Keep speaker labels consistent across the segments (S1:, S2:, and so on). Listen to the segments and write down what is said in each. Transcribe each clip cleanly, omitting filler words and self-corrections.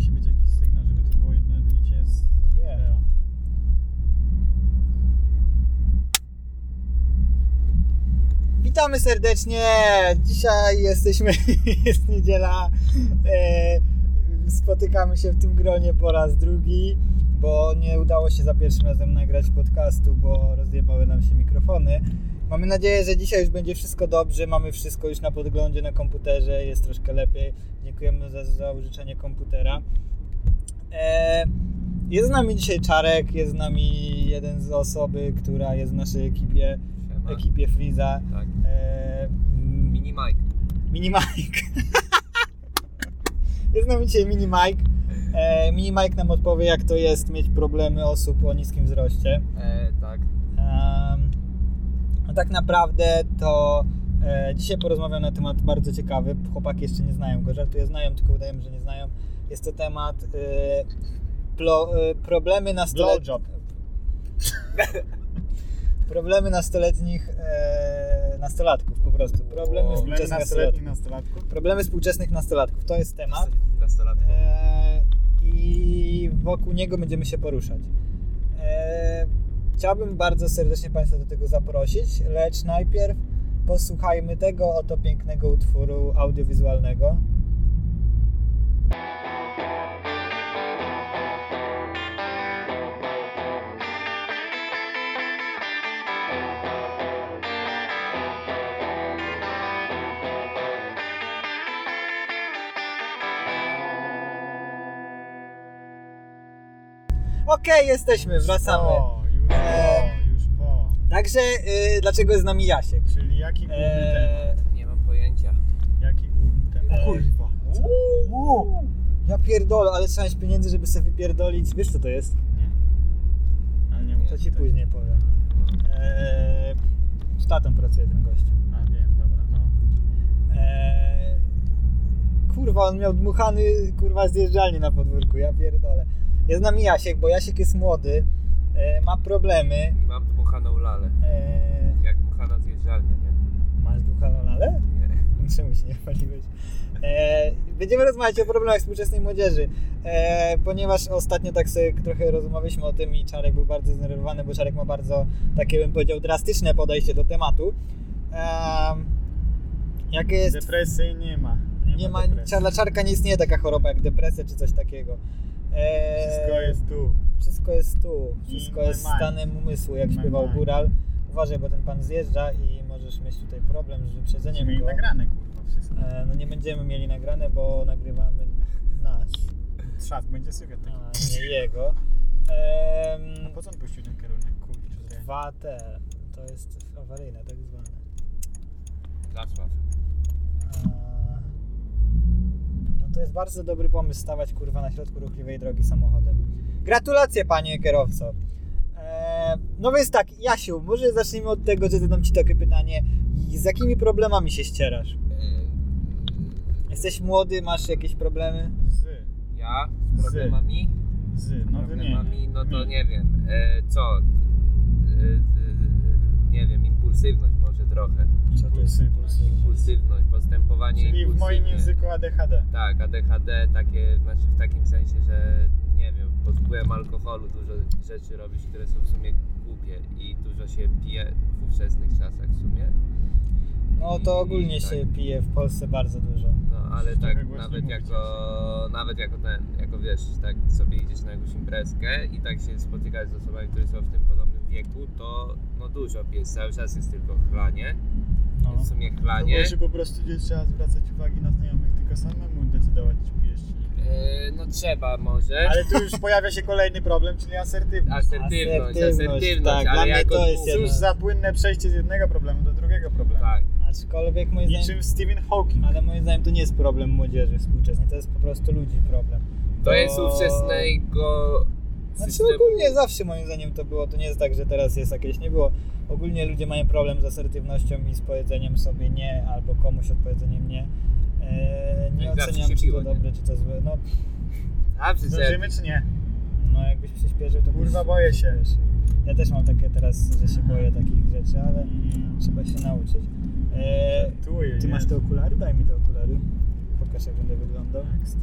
S1: musi być jakiś sygnał, żeby to było jednolicie z wideo.
S2: Witamy serdecznie. Dzisiaj jesteśmy, jest niedziela. Spotykamy się w tym gronie po raz drugi, bo nie udało się za pierwszym razem nagrać podcastu, bo rozjebały nam się mikrofony. Mamy nadzieję, że dzisiaj już będzie wszystko dobrze. Mamy wszystko już na podglądzie na komputerze, jest troszkę lepiej. Dziękujemy za użyczenie komputera. Jest z nami dzisiaj Czarek, jest z nami jeden z osoby, która jest w naszej ekipie Freeza.
S3: Tak. Mini Mike.
S2: Mini Mike. Jest z nami dzisiaj Mini Mike. Mini Mike nam odpowie, jak to jest mieć problemy osób o niskim wzroście.
S3: Tak.
S2: A tak naprawdę to dzisiaj porozmawiam na temat bardzo ciekawy. Chłopaki jeszcze nie znają go, żartuję, znają, tylko udajemy, że nie znają. Jest to temat problemy problemy nastolatków po prostu. Problemy współczesnych nastolatków. Problemy współczesnych nastolatków. To jest temat. I wokół niego będziemy się poruszać. Chciałbym bardzo serdecznie Państwa do tego zaprosić, lecz najpierw posłuchajmy tego oto pięknego utworu audiowizualnego. Okej, jesteśmy, wracamy.
S1: Już po.
S2: Także, dlaczego jest z nami Jasiek?
S1: Czyli jaki główny temat?
S3: Nie mam pojęcia.
S1: Jaki główny temat?
S2: Kurwa. Ja pierdolę, ale trzeba mieć pieniędzy, żeby sobie wypierdolić. Wiesz co to jest?
S1: Nie. Ale nie
S2: To ci później powiem. Z tatą pracuje ten gościu.
S1: A wiem, dobra, no.
S2: Kurwa, on miał dmuchany, zjeżdżalnię na podwórku, ja pierdolę. Jest z nami Jasiek, bo Jasiek jest młody, ma problemy.
S3: I mam dmuchaną lalę. Jak dmuchana zjeżdżalnia, nie?
S2: Masz dmuchaną lalę?
S3: Nie.
S2: Czemu się nie paliłeś? Będziemy rozmawiać o problemach współczesnej młodzieży, ponieważ ostatnio tak sobie trochę rozmawialiśmy o tym i Czarek był bardzo zdenerwowany, bo Czarek ma bardzo, takie bym powiedział, drastyczne podejście do tematu. Jakie jest...
S1: Depresji nie ma.
S2: Dla Czarka nie istnieje taka choroba jak depresja czy coś takiego.
S1: Wszystko jest tu.
S2: Wszystko jest tu. Wszystko jest stanem umysłu, jak śpiewał Góral. Uważaj, bo ten pan zjeżdża i możesz mieć tutaj problem z wyprzedzeniem
S1: go. Nagrane, kurwa, wszystko.
S2: No nie będziemy mieli nagrane, bo nagrywamy nas.
S1: Trzask będzie słychać taki.
S2: A nie jego.
S1: A po co on puścił ten kierunek? Kurczę.
S2: 2T. To jest awaryjne, tak zwane.
S3: Zasław.
S2: To jest bardzo dobry pomysł stawać kurwa na środku ruchliwej drogi samochodem. Gratulacje, panie kierowco. No więc tak, Jasiu, może zacznijmy od tego, że zadam ci takie pytanie. Z jakimi problemami się ścierasz? Jesteś młody, masz jakieś problemy?
S3: Ja? Z problemami?
S1: Problemami,
S3: no to nie wiem. Co? Nie wiem, impulsywność może trochę.
S2: Co to jest
S3: impulsywność, postępowanie
S1: czyli
S3: impulsywnie.
S1: W moim języku ADHD.
S3: Tak, ADHD, takie, znaczy w takim sensie, że nie wiem, pod wpływem alkoholu dużo rzeczy robisz, które są w sumie głupie i dużo się pije w ówczesnych czasach w sumie.
S2: No to ogólnie tak się pije w Polsce bardzo dużo.
S3: No ale tak nawet jako wiesz, tak sobie idziesz na jakąś imprezkę i tak się spotykasz z osobami, które są w tym podobnym wieku, to no dużo pijesz, cały czas jest tylko chlanie.
S2: No.
S3: W sumie chlanie.
S1: To może po prostu gdzieś trzeba zwracać uwagi na znajomych, tylko samemu decydować, czy pijesz, czy nie.
S3: No trzeba może.
S1: Ale tu już pojawia się kolejny problem, czyli asertywność.
S3: Tak,
S2: ale dla mnie to jest
S1: cóż za płynne przejście z jednego problemu do drugiego problemu.
S3: Tak.
S2: Aczkolwiek moim zdaniem...
S1: Niczym Stephen Hawking.
S2: Ale moim zdaniem to nie jest problem młodzieży współczesnej, to jest po prostu ludzi problem.
S3: To jest ówczesnego
S2: Znaczy
S3: systemu.
S2: ogólnie zawsze moim zdaniem to było, to nie jest tak, że teraz jest jakieś, nie było. Ogólnie ludzie mają problem z asertywnością i z powiedzeniem sobie nie, albo komuś odpowiedzeniem nie. Nie oceniam, czy to dobre, czy to złe. No,
S1: zdążymy, czy nie?
S2: No jakbyś przyspieszył, to
S1: kurwa, boję się.
S2: Ja też mam takie teraz, że się boję takich rzeczy, ale trzeba się nauczyć. Ty masz te okulary? Daj mi te okulary. Pokaż, jak będę wyglądał.
S1: Tak, Stephen Hawking.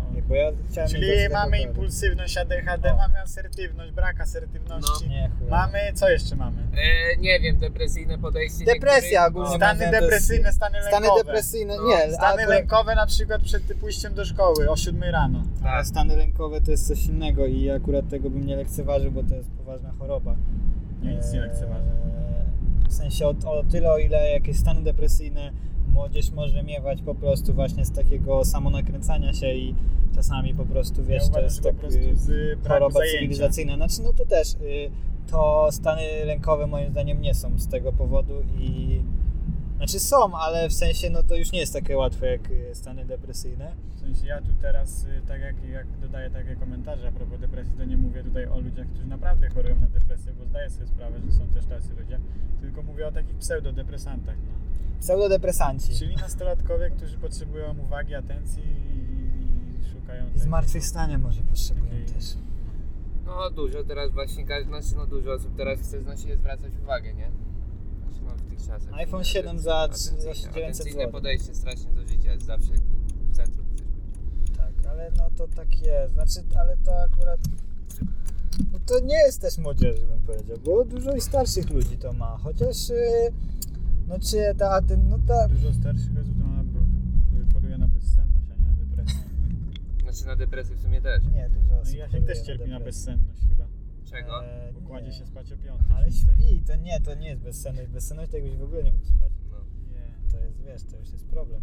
S2: Bo ja chciałem
S1: Czyli
S2: mieć
S1: mamy
S2: takiego
S1: impulsywność ADHD,
S2: O.
S1: mamy asertywność, brak asertywności.
S3: No.
S2: Nie, chuj.
S1: Mamy, co jeszcze mamy?
S3: Nie wiem, depresyjne podejście.
S2: Depresja
S3: niektórych-
S2: ogólnie.
S1: Stany
S2: to jest-
S1: depresyjne, stany lękowe.
S2: Stany depresyjne,
S3: No,
S2: nie.
S1: Stany
S2: akurat-
S1: lękowe na przykład przed pójściem do szkoły o 7 rano.
S2: Ale
S3: Tak.
S2: stany lękowe to jest coś innego i akurat tego bym nie lekceważył, bo to jest poważna choroba.
S1: Nie, nic nie lekceważę.
S2: W sensie o tyle, o ile jakieś stany depresyjne młodzież może miewać po prostu właśnie z takiego samonakręcania się i czasami po prostu, wiesz,
S1: Ja
S2: to
S1: uważam,
S2: jest
S1: że
S2: tak
S1: po prostu z braku
S2: choroba
S1: zajęcia.
S2: cywilizacyjna. Znaczy no to też to stany lękowe moim zdaniem nie są z tego powodu i znaczy są, ale w sensie no to już nie jest takie łatwe jak stany depresyjne.
S1: W sensie ja tu teraz, tak jak dodaję takie komentarze a propos depresji, to nie mówię tutaj o ludziach, którzy naprawdę chorują na depresję, bo zdaję sobie sprawę, że są też tacy ludzie, tylko mówię o takich pseudodepresantach. No.
S2: Pseudodepresanci.
S1: Czyli nastolatkowie, którzy potrzebują uwagi, atencji i szukają
S2: I zmartwychwstania może potrzebują
S1: Takiej-
S2: też.
S3: No dużo teraz właśnie, dużo osób teraz chce na siebie zwracać uwagę, nie? Znaczy, no, w tych czasach.
S2: iPhone 7 za 900
S3: Atencyjne
S2: zł.
S3: podejście strasznie do życia, jest zawsze w centrum chcesz być.
S2: Tak, ale no to tak jest. Znaczy, ale to akurat... No to nie jest też młodzieży, bym powiedział, bo dużo i starszych ludzi to ma. Chociaż... No czy ta...
S1: Dużo starszych osób to choruje na bezsenność, a nie na depresję.
S3: Znaczy na depresję w sumie też.
S2: Nie, dużo
S1: No
S2: osób
S1: i Jasiek
S2: choruje
S1: też cierpi na
S2: depresję.
S1: bezsenność chyba.
S3: Czego?
S1: Bo kładzie
S2: nie.
S1: się spać o 5.
S2: Ale śpi, to nie jest bezsenność. Bezsenność to jakbyś w ogóle nie mógł spać.
S3: No.
S1: Nie.
S2: To jest, wiesz, to już jest problem.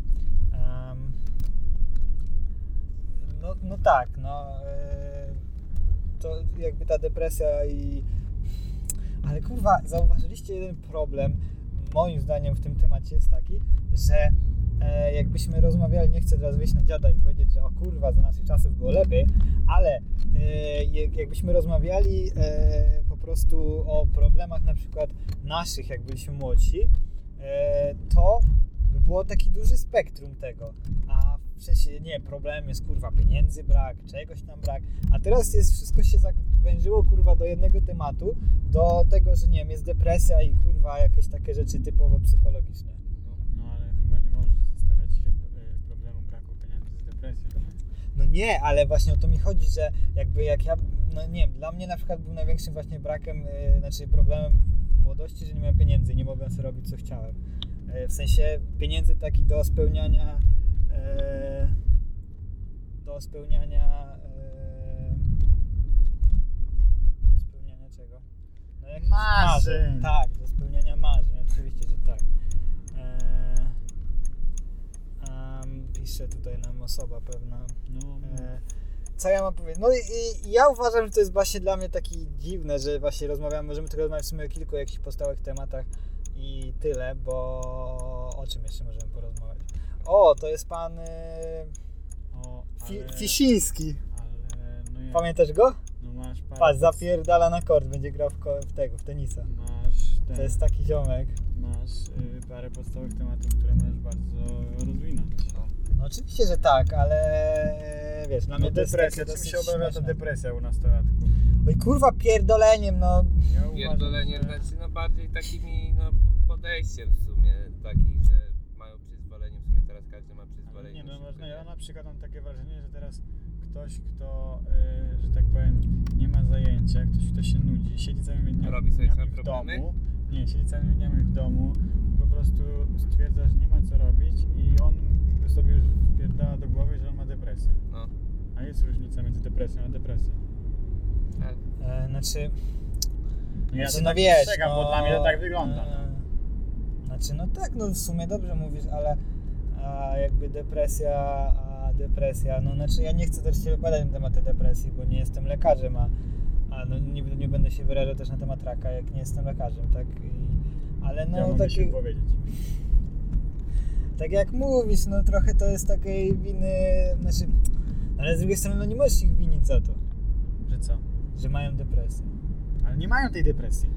S2: No tak, to jakby ta depresja i... Ale kurwa, zauważyliście jeden problem, moim zdaniem w tym temacie jest taki, że jakbyśmy rozmawiali, nie chcę teraz wyjść na dziada i powiedzieć, że o kurwa, za naszych czasów było lepiej, ale jakbyśmy rozmawiali po prostu o problemach na przykład naszych, jak byliśmy młodsi, to by było taki duży spektrum tego, a w sensie, nie, problem jest kurwa pieniędzy brak, czegoś tam brak, a teraz jest, wszystko się zawężyło kurwa do jednego tematu, do tego, że nie wiem, jest depresja i kurwa jakieś takie rzeczy typowo psychologiczne.
S1: No ale chyba nie możesz zestawiać się problemu braku pieniędzy z depresją.
S2: No nie, ale właśnie o to mi chodzi, że jakby jak ja, no nie wiem, dla mnie na przykład był największym właśnie brakiem, znaczy problemem w młodości, że nie miałem pieniędzy i nie mogłem sobie robić co chciałem. W sensie pieniędzy takich do spełniania czego? No jakichś
S1: Marzeń.
S2: Tak, do spełniania marzeń, oczywiście, że tak. Pisze tutaj nam osoba pewna.
S1: No,
S2: Co ja mam powiedzieć? No i ja uważam, że to jest właśnie dla mnie taki dziwne, że właśnie rozmawiamy, możemy tylko rozmawiać w sumie o kilku jakichś podstawowych tematach i tyle, bo o czym jeszcze możemy porozmawiać? O, to jest pan Fisiński.
S1: Ale no jak?
S2: Pamiętasz go?
S1: No masz parę...
S2: Patrz, zapierdala na kort, będzie grał w tenisa.
S1: Masz
S2: To jest taki ziomek.
S1: Masz parę podstawowych tematów, które możesz bardzo rozwinąć.
S2: No oczywiście, że tak, ale wiesz, dla mnie
S1: No
S2: to jest
S1: depresja,
S2: takie
S1: czym
S2: dosyć
S1: się objawia ta
S2: śmieszne.
S1: depresja u nastolatków?
S2: Oj kurwa, pierdoleniem, no.
S1: Ja uważam,
S3: Pierdolenie,
S1: że-
S3: znaczy no bardziej takimi podejściem w sumie, takich, że mają przyzwolenie, w sumie teraz każdy ma
S1: Ale
S3: przyzwolenie.
S1: nie,
S3: na
S1: no
S3: wszystko,
S1: ja
S3: nie?
S1: na przykład mam takie wrażenie, że teraz ktoś, kto, że tak powiem, nie ma zajęcia, ktoś się nudzi, siedzi całymi dniami,
S3: Robi sobie swoje
S1: w
S3: problemy?
S1: domu, nie, siedzi całymi dniami w domu i po prostu stwierdza, że nie ma co robić i on sobie już wpierdala do głowy, że on ma depresję.
S3: No.
S1: A jest różnica między depresją a depresją.
S2: Znaczy...
S1: No ja
S2: Znaczy,
S1: to
S2: no
S1: tak
S2: wiesz,
S1: postrzegam, bo dla mnie to tak wygląda.
S2: Znaczy, no tak, no w sumie dobrze mówisz, ale jakby depresja, no znaczy ja nie chcę też się wypowiadać na temat tej depresji, bo nie jestem lekarzem, a no nie będę się wyrażał też na temat raka, jak nie jestem lekarzem, tak? Ale no
S1: Ja mogę się
S2: taki,
S1: powiedzieć.
S2: tak jak mówisz, no trochę to jest takiej winy, znaczy, ale z drugiej strony no nie możesz ich winić za to,
S1: Że co?
S2: że mają depresję.
S1: Ale nie mają tej depresji.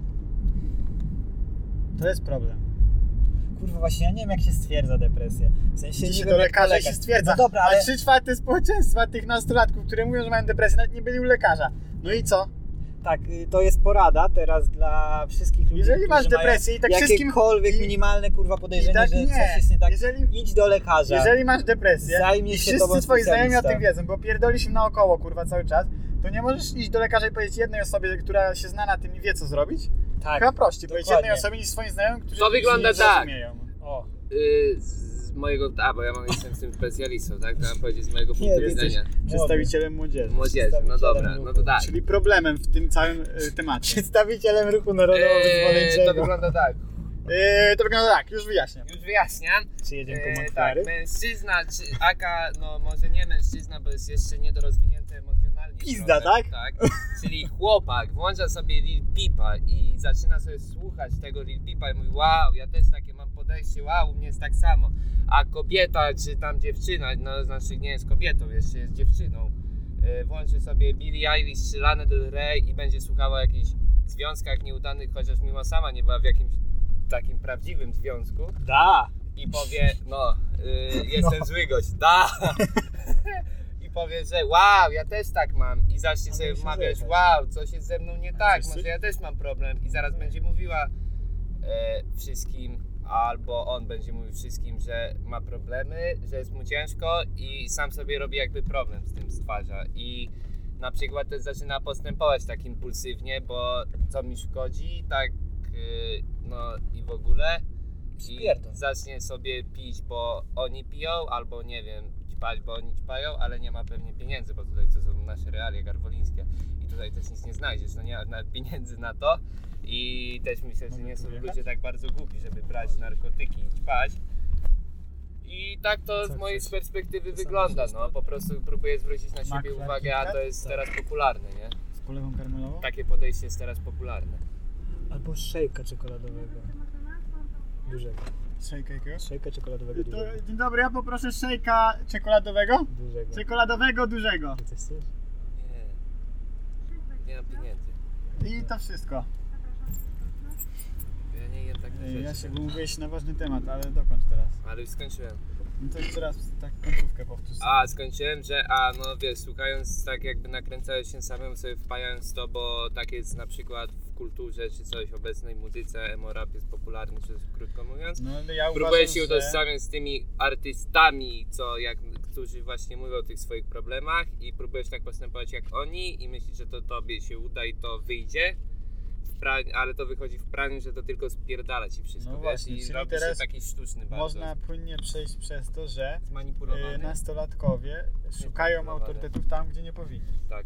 S1: To jest problem.
S2: Kurwa, właśnie ja nie wiem jak się stwierdza depresję. W sensie
S1: Idzie
S2: nie
S1: się
S2: wiem
S1: do
S2: jak
S1: lekarza i
S2: lekarz.
S1: się stwierdza.
S2: No dobra, ale...
S1: A 3/4 społeczeństwa tych nastolatków, które mówią, że mają depresję, nawet nie byli u lekarza. No i co?
S2: Tak, to jest porada teraz dla wszystkich ludzi,
S1: Jeżeli masz
S2: którzy mają
S1: depresję i tak wszystkim...
S2: jakiekolwiek minimalne kurwa podejrzenie,
S1: tak
S2: że
S1: nie.
S2: coś jest nie tak,
S1: Jeżeli-
S2: idź do lekarza.
S1: Jeżeli masz depresję
S2: Zajmie
S1: i
S2: się
S1: wszyscy
S2: tobą
S1: twoi znajomi o
S2: specjalista.
S1: tym wiedzą, bo pierdolisz im naokoło, kurwa, cały czas, to nie możesz iść do lekarza i powiedzieć jednej osobie, która się zna na tym i wie, co zrobić.
S2: Tak,
S1: Chyba prościej powiedzieć
S2: dokładnie.
S1: jednej osobie niż swoim znajomym, którzy
S3: To wygląda
S1: nie
S3: tak.
S1: zrozumieją.
S2: O,
S3: Z mojego, bo ja jestem z tym specjalistą, tak? Chciałem powiedzieć z mojego
S2: Nie,
S3: punktu
S2: ty jesteś-
S3: widzenia.
S1: Przedstawicielem młodzieży.
S3: Młodzieży, no dobra, no to tak.
S1: Czyli problemem w tym całym temacie.
S2: przedstawicielem ruchu narodowo-wyzwoleńczego.
S3: To wygląda tak.
S1: To wygląda tak, już wyjaśniam.
S3: Już wyjaśniam.
S2: Czy jedziemy po
S3: Tak,
S2: Makwary?
S3: mężczyzna, czy aka, no może nie mężczyzna, bo jest jeszcze niedorozwinięty emocjonalnie.
S2: Pizda,
S3: trochę,
S2: tak?
S3: Czyli chłopak włącza sobie Lil Peepa i zaczyna sobie słuchać tego Lil Peepa i mówi: wow, ja też takie mam podejście, wow, u mnie jest tak samo. A kobieta, czy tam dziewczyna, no znaczy nie jest kobietą, jeszcze jest dziewczyną, włączy sobie Billie Eilish czy Lana Del Rey i będzie słuchała o jakichś związkach nieudanych, chociaż mimo sama nie była w jakimś takim prawdziwym związku.
S2: Da!
S3: I powie, jestem zły gość, da! I powie, że wow, ja też tak mam. I zacznie sobie
S2: musi
S3: wmawiać,
S2: zjechać.
S3: wow, coś jest ze mną nie tak,
S1: Wszyscy?
S3: może ja też mam problem. I zaraz będzie mówiła wszystkim, albo on będzie mówił wszystkim, że ma problemy, że jest mu ciężko i sam sobie robi jakby problem z tym stwarza. I na przykład też zaczyna postępować tak impulsywnie, bo co mi szkodzi, tak no i w ogóle. I
S2: Pierdol.
S3: zacznie sobie pić, bo oni piją, albo nie wiem, ćpać, bo oni ćpają, ale nie ma pewnie pieniędzy, bo tutaj to są nasze realia garwolińskie i tutaj też nic nie znajdziesz, no nie ma nawet pieniędzy na to i też myślę, że
S1: Mogę
S3: nie
S1: tu
S3: są
S1: wjechać?
S3: ludzie tak bardzo głupi, żeby brać narkotyki i ćpać. I tak to
S1: Co
S3: z mojej
S1: chcesz?
S3: perspektywy
S1: To
S3: wygląda,
S1: samo
S3: no po prostu próbuję zwrócić na siebie
S1: Makler
S3: uwagę, a to
S1: KitKat?
S3: jest
S2: Tak.
S3: teraz popularne, nie?
S1: Z polewą karmelową?
S3: Takie podejście jest teraz popularne.
S2: Albo szejka czekoladowego. Dużego.
S1: Szejka jakiego?
S2: Szejka czekoladowego dużego.
S1: Dzień dobry, ja poproszę szejka czekoladowego.
S2: Dużego.
S1: Czekoladowego dużego.
S2: Ty coś chcesz?
S3: Nie mam pieniędzy.
S1: I to wszystko.
S3: Ja nie jem takich rzeczy.
S1: Ja się mówiłeś na ważny temat, ale dokończ teraz.
S3: Ale już skończyłem.
S1: No to jeszcze raz tak końcówkę powtórz.
S3: A, skończyłem, że no wiesz, słuchając tak jakby nakręcałeś się samemu sobie wpajając to, bo tak jest na przykład w kulturze czy coś, obecnej muzyce, emo-rap jest popularny, czy krótko mówiąc.
S1: No ale ja
S3: Próbuję
S1: uważam,
S3: się
S1: że...
S3: utożsamiać z tymi artystami, którzy właśnie mówią o tych swoich problemach i próbujesz tak postępować jak oni i myślisz, że to tobie się uda i to wyjdzie. Ale to wychodzi w praniu, że to tylko spierdala ci wszystko,
S1: No
S3: wiesz,
S1: właśnie,
S3: i
S1: czyli
S3: robi się
S1: teraz
S3: taki sztuczny bardzo.
S1: Można płynnie przejść przez to, że
S3: Zmanipulowany.
S1: nastolatkowie szukają
S3: Zmanipulowany.
S1: autorytetów tam, gdzie nie powinni.
S3: Tak.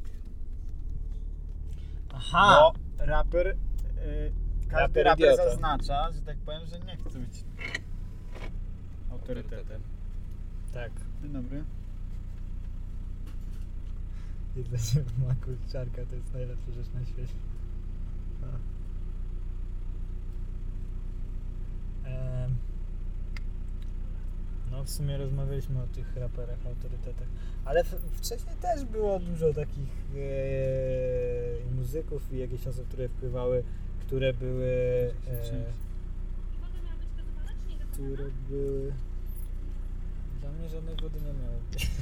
S2: Aha!
S1: Bo raper, każdy raper
S2: idiota.
S1: zaznacza, że tak powiem, że nie chce być autorytetem.
S2: Tak.
S1: Dzień dobry.
S2: Jedzenie w maku czarka to jest najlepsza rzecz na świecie. No w sumie rozmawialiśmy o tych raperach, autorytetach, ale wcześniej też było dużo takich muzyków i jakichś osób, które wpływały, które były dla mnie żadnej wody nie miało.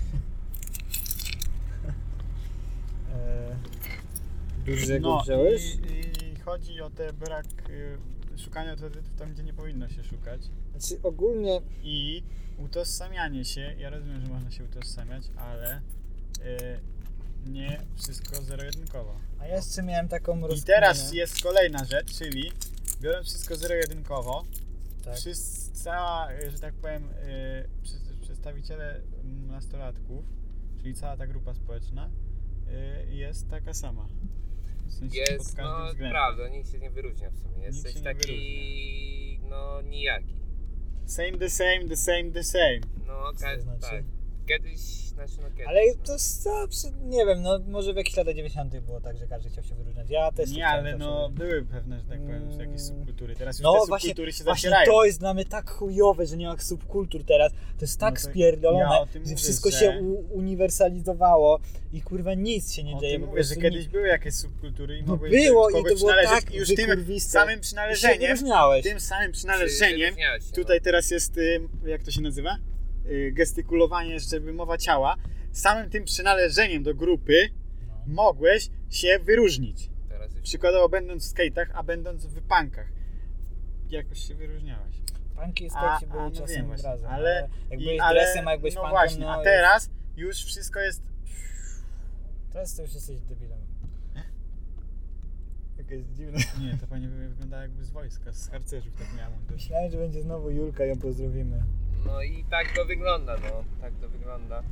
S2: Dużego wziąłeś?
S1: I chodzi o ten brak szukania autorytetów tam, gdzie nie powinno się szukać.
S2: Znaczy ogólnie
S1: I utożsamianie się, ja rozumiem, że można się utożsamiać, ale nie wszystko zero-jedynkowo.
S2: a ja jeszcze miałem taką rozkminę.
S1: I teraz jest kolejna rzecz, czyli biorąc wszystko zero-jedynkowo,
S2: tak.
S1: cała, że tak powiem, przedstawiciele nastolatków, czyli cała ta grupa społeczna, jest taka sama. W sensie pod
S3: Jest,
S1: każdym
S3: no
S1: względem.
S3: prawda, nikt się nie wyróżnia w sumie.
S1: Nikt
S3: Jesteś
S1: się nie
S3: taki, no nijaki.
S1: Same, the same.
S3: No,
S2: Co to znaczy?
S3: tak. Kiedyś, kiedyś.
S2: Ale
S3: no.
S2: to zawsze, nie wiem, no może w jakichś latach 90. było tak, że każdy chciał się wyróżniać. Ja też się
S1: Nie,
S2: chciałem
S1: ale
S2: zawsze
S1: no
S2: wyróżniać.
S1: były pewne, że tak powiem, jakieś subkultury. Teraz już
S2: No
S1: te
S2: właśnie,
S1: subkultury się
S2: właśnie
S1: zacierają.
S2: to jest dla mnie tak chujowe, że nie ma subkultur teraz. To jest tak
S1: No to
S2: spierdolone,
S1: ja o tym
S2: że
S1: mówię,
S2: wszystko
S1: że-
S2: się uniwersalizowało i kurwa nic się nie
S1: O
S2: dzieje.
S1: tym
S2: po
S1: mówię, że
S2: prostu
S1: kiedyś były jakieś subkultury i
S2: No
S1: mogłeś
S2: było
S1: do
S2: i
S1: kogoś
S2: to było
S1: przynależeć
S2: tak
S1: i już tym
S2: wykurwiste.
S1: samym
S2: I się
S1: przynależeniem,
S2: wyróżniałeś.
S1: tym samym
S3: Czy
S1: przynależeniem,
S3: wyróżniałeś się,
S1: tutaj teraz jest, jak to się nazywa? Gestykulowanie, żeby mowa ciała. Samym tym przynależeniem do grupy
S2: No.
S1: mogłeś się wyróżnić.
S3: Teraz
S1: przykładowo będąc w skate'ach, a będąc w punkach, jakoś się wyróżniałaś.
S2: Punki i skate były
S1: no
S2: czasem
S1: wiem właśnie,
S2: razem,
S1: ale
S2: jak byłeś dresem, a jak byłeś
S1: no
S2: punkiem,
S1: właśnie,
S2: no
S1: a teraz już wszystko jest...
S2: Teraz to już jesteś debilem. Jakie jest dziwne.
S1: Nie, to pani wygląda jakby z wojska, z harcerzów, tak miała mundur.
S2: Myślałem, że będzie znowu Julka, ją pozdrowimy.
S3: No i tak to wygląda, no. Tak to wygląda.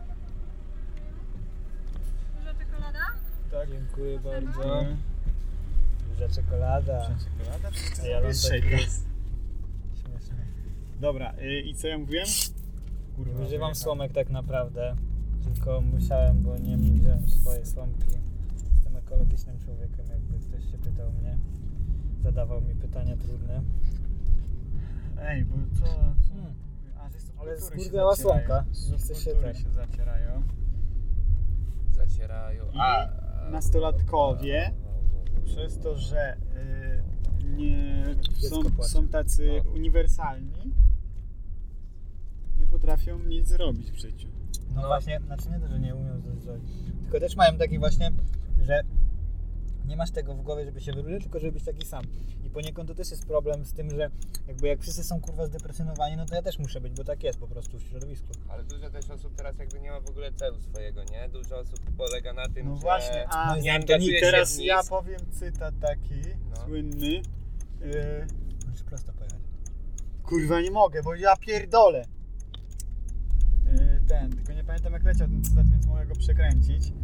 S4: Duża czekolada?
S1: Tak.
S2: Dziękuję bardzo.
S1: No.
S2: Duża czekolada.
S1: Czekolada? Przecież to
S2: A ja
S1: jest
S2: mam
S1: szejka.
S2: Śmieszne.
S1: Dobra, i co ja mówiłem? Kurwa,
S2: Używam
S1: wyjechałem.
S2: słomek tak naprawdę. Tylko musiałem, bo nie wziąłem swoje słomki. Jestem ekologicznym człowiekiem, jakby ktoś się pytał mnie. Zadawał mi pytania trudne.
S1: Ej, bo co? A, że
S2: Ale
S1: subkultury się
S2: zgurwiała
S1: zacierają.
S2: słomka. Nie chce się
S1: Subkultury
S2: ten.
S1: się zacierają.
S3: Zacierają.
S1: I nastolatkowie przez to, że nie
S2: Dziecko płacze.
S1: są tacy uniwersalni, nie potrafią nic zrobić w życiu.
S2: No
S3: No.
S2: właśnie, znaczy nie to, że nie umią coś zrobić. Tylko też mają taki właśnie, że nie masz tego w głowie, żeby się wyróżnić, tylko żeby być taki sam. I poniekąd to też jest problem z tym, że jakby jak wszyscy są kurwa zdepresjonowani, no to ja też muszę być, bo tak jest po prostu w środowisku.
S3: Ale dużo też osób teraz jakby nie ma w ogóle celu swojego, nie? Dużo osób polega na tym,
S1: No
S3: że
S1: właśnie, a
S2: No i
S3: nie
S2: Antoni,
S3: angażuje się
S1: teraz
S3: w nic.
S1: ja powiem cytat taki
S3: No.
S1: słynny.
S2: Możesz prosto pojechać.
S1: Kurwa nie mogę, bo ja pierdolę. Tylko nie pamiętam jak leciał ten cytat, więc mogę go przekręcić.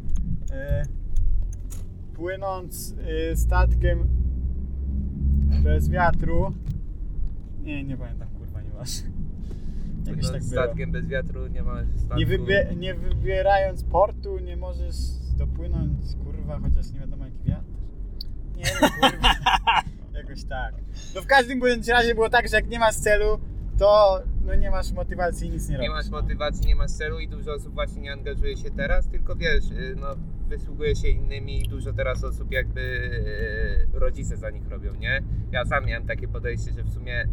S1: Płynąc statkiem bez wiatru. Nie pamiętam, kurwa, nie masz. Jakoś tak było.
S3: statkiem bez wiatru nie ma statku.
S1: Nie wybierając portu nie możesz dopłynąć, kurwa, chociaż nie wiadomo jaki wiatr. Nie wiem, kurwa. Jakoś tak. No w każdym bądź razie było tak, że jak nie masz celu, to no nie masz motywacji i nic nie robisz.
S3: Nie masz
S1: no.
S3: motywacji, nie masz celu i dużo osób właśnie nie angażuje się teraz, tylko wiesz, no wysługuje się innymi i dużo teraz osób jakby rodzice za nich robią, nie? Ja sam miałem takie podejście, że w sumie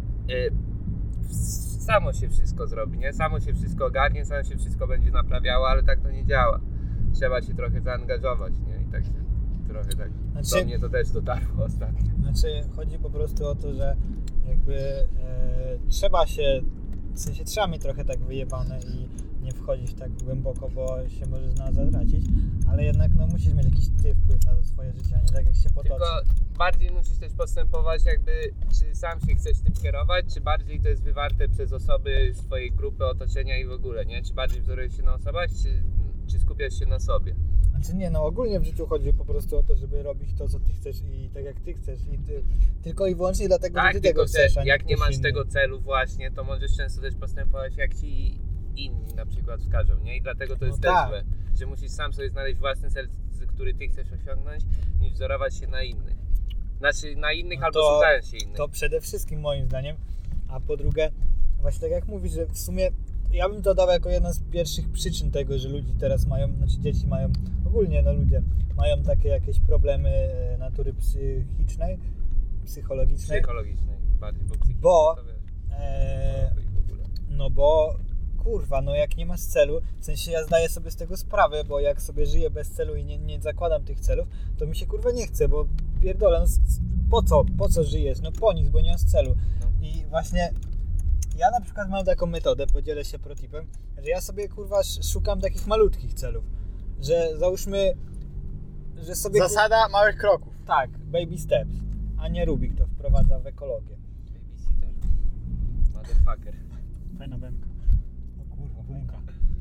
S3: samo się wszystko zrobi, nie? Samo się wszystko ogarnie, samo się wszystko będzie naprawiało, ale tak to nie działa. Trzeba się trochę zaangażować, nie? I tak się trochę tak
S2: Znaczy-
S3: do mnie to też dotarło ostatnio.
S2: Znaczy chodzi po prostu o to, że jakby trzeba się, w sensie trzeba mieć trochę tak wyjebane i nie wchodzić tak głęboko, bo się może z nas zatracić, ale jednak no musisz mieć jakiś ty wpływ na to swoje życie, a nie tak jak się potoczy.
S3: Tylko bardziej musisz też postępować jakby, czy sam się chcesz tym kierować, czy bardziej to jest wywarte przez osoby z twojej grupy, otoczenia i w ogóle, nie? Czy bardziej wzorujesz się na osobach, czy skupiasz się na sobie?
S2: Znaczy nie, no ogólnie w życiu chodzi po prostu o to, żeby robić to, co ty chcesz i tak jak ty chcesz i ty, tylko i wyłącznie dlatego,
S3: Tak,
S2: że ty tego
S3: tylko
S2: chcesz, a
S3: że
S2: nie
S3: jak nie
S2: ktoś
S3: masz
S2: inny.
S3: tego celu właśnie, to możesz często też postępować jak ci inni na przykład wskażą, nie? I dlatego to
S2: No
S3: jest
S2: tak.
S3: też złe, że musisz sam sobie znaleźć własny cel, który ty chcesz osiągnąć, niż wzorować się na innych. Znaczy na innych
S2: No
S3: albo
S2: to-
S3: słuchając się innych.
S2: To przede wszystkim moim zdaniem, a po drugie, właśnie tak jak mówisz, że w sumie ja bym to dał jako jedną z pierwszych przyczyn tego, że ludzi teraz mają, znaczy dzieci mają, ogólnie no ludzie mają takie jakieś problemy natury psychicznej, psychologicznej,
S3: Psychologicznej bardziej, bo psychicznej
S2: Bo-
S3: to wiesz,
S2: e,
S3: w ogóle.
S2: no bo kurwa, no jak nie masz celu, w sensie ja zdaję sobie z tego sprawę, bo jak sobie żyję bez celu i nie zakładam tych celów, to mi się kurwa nie chce, bo pierdolę, no po co żyjesz, no po nic, bo nie masz celu. I właśnie ja na przykład mam taką metodę, podzielę się protipem, że ja sobie kurwa szukam takich malutkich celów, że załóżmy, że sobie...
S1: Zasada małych kroków.
S2: Tak, baby steps, a nie Rubik to wprowadza w ekologię.
S3: Babysitter. Motherfucker.
S1: Fajna bębka.
S2: O kurwa,
S1: Bunka.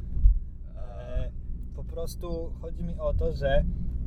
S2: Po prostu chodzi mi o to, że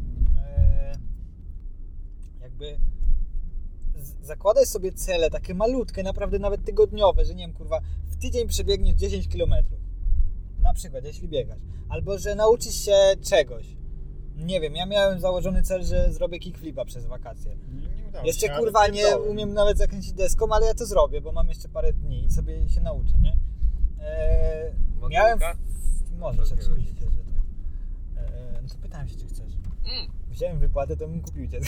S2: jakby zakładaj sobie cele takie malutkie, naprawdę nawet tygodniowe, że nie wiem, kurwa, w tydzień przebiegniesz 10 km. Na przykład, jeśli biegasz. Albo, że nauczysz się czegoś. Nie wiem, ja miałem założony cel, że zrobię kickflipa przez wakacje.
S1: Nie udało
S2: Jeszcze
S1: się, ale
S2: kurwa nie
S1: pierdolę.
S2: umiem nawet zakręcić deską, ale ja to zrobię, bo mam jeszcze parę dni i sobie się nauczę, nie? Miałem...
S3: Modelka?
S2: Możesz,
S3: To
S2: oczywiście, że tak. No to pytałem się, czy chcesz. Wziąłem wypłatę, to bym kupił cię.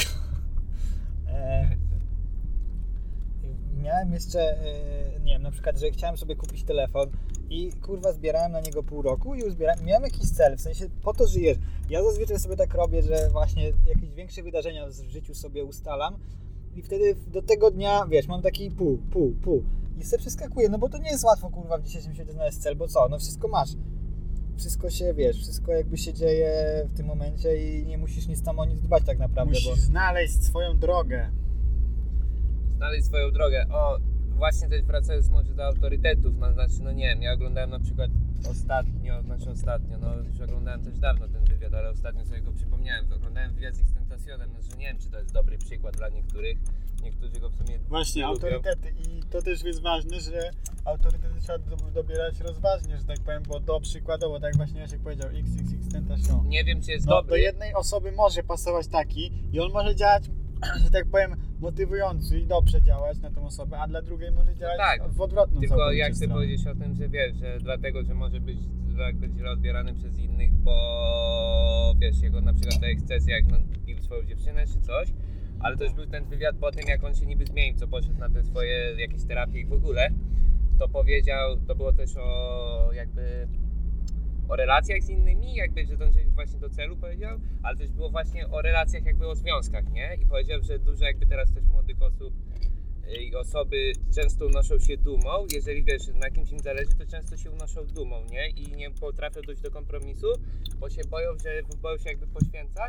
S2: Miałem jeszcze, nie wiem, na przykład, że chciałem sobie kupić telefon i kurwa zbierałem na niego pół roku i miałem jakiś cel, w sensie po to żyjesz. Ja zazwyczaj sobie tak robię, że właśnie jakieś większe wydarzenia w życiu sobie ustalam i wtedy do tego dnia, wiesz, mam taki pół i sobie przeskakuję, no bo to nie jest łatwo kurwa w dzisiejszym świecie znaleźć cel, bo co, no wszystko masz. Wszystko się, wiesz, wszystko jakby się dzieje w tym momencie i nie musisz nic tam o nic dbać tak naprawdę.
S1: Musisz znaleźć swoją drogę.
S3: Znaleźć swoją drogę. O, właśnie też wracając może do autorytetów, no znaczy, no nie wiem, ja oglądałem na przykład ostatnio, no już oglądałem też dawno ten wywiad, ale ostatnio sobie go przypomniałem, oglądałem wywiad z Xtentacionem, no że nie wiem, czy to jest dobry przykład dla niektórych, niektórzy go w sumie
S1: Właśnie,
S3: lubią.
S1: autorytety i to też jest ważne, że autorytety trzeba dobierać rozważnie, że tak powiem, bo do przykładowo, tak jak właśnie Jasiek powiedział, Xtentacion.
S3: Nie wiem, czy jest
S1: No,
S3: dobry.
S1: do jednej osoby może pasować taki i on może działać, że tak powiem, motywujący i dobrze działać na tą osobę, a dla drugiej może działać
S3: tak,
S1: w odwrotną
S3: tylko
S1: całkowicie
S3: jak chcę
S1: stronę.
S3: powiedzieć o tym, że wiesz, że dlatego, że może być jakby źle odbierany przez innych, bo wiesz, jego na przykład te ekscesje, jak bił swoją dziewczynę czy coś, ale to już był ten wywiad po tym, jak on się niby zmienił, co poszedł na te swoje jakieś terapie i w ogóle, to powiedział, to było też o jakby o relacjach z innymi, jakby, że dążyć właśnie do celu powiedział, ale też było właśnie o relacjach jakby o związkach, nie? I powiedział, że dużo jakby teraz też młodych osób i osoby często unoszą się dumą, jeżeli wiesz, na kimś im zależy, to często się unoszą dumą, nie? I nie potrafią dojść do kompromisu, bo się boją się jakby poświęcać.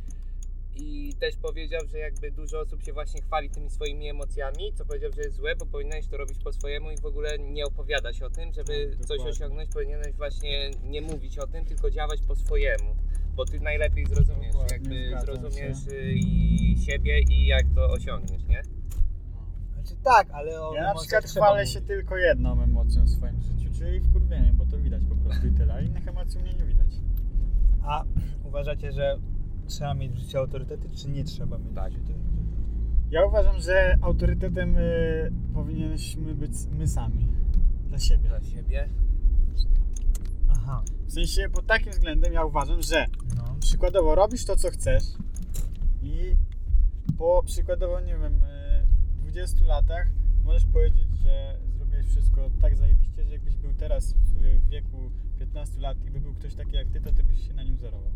S3: I też powiedział, że jakby dużo osób się właśnie chwali tymi swoimi emocjami, co powiedział, że jest złe, bo powinieneś to robić po swojemu i w ogóle nie opowiadać o tym, żeby coś osiągnąć, powinieneś właśnie nie mówić o tym, tylko działać po swojemu, bo ty najlepiej zrozumiesz, jakby zrozumiesz i siebie i jak to osiągniesz, nie?
S2: Znaczy tak, ale o
S1: Ja na
S2: emocjach
S1: przykład
S2: trzeba
S1: chwalę
S2: mówić.
S1: się tylko jedną emocją w swoim życiu, czyli wkurwieniem, bo to widać po prostu i tyle, a innych emocji u mnie nie widać.
S2: A uważacie, że trzeba mieć w życiu autorytety, czy nie trzeba mieć w życiu autorytety?
S1: Ja uważam, że autorytetem powinniśmy być my sami, dla siebie.
S3: Dla siebie.
S2: Aha.
S1: W sensie pod takim względem ja uważam, że
S2: No.
S1: przykładowo robisz to, co chcesz i po przykładowo, nie wiem, 20 latach możesz powiedzieć, że zrobiłeś wszystko tak zajebiście, że jakbyś był teraz w wieku 15 lat i by był ktoś taki jak ty, to ty byś się na nim wzorował.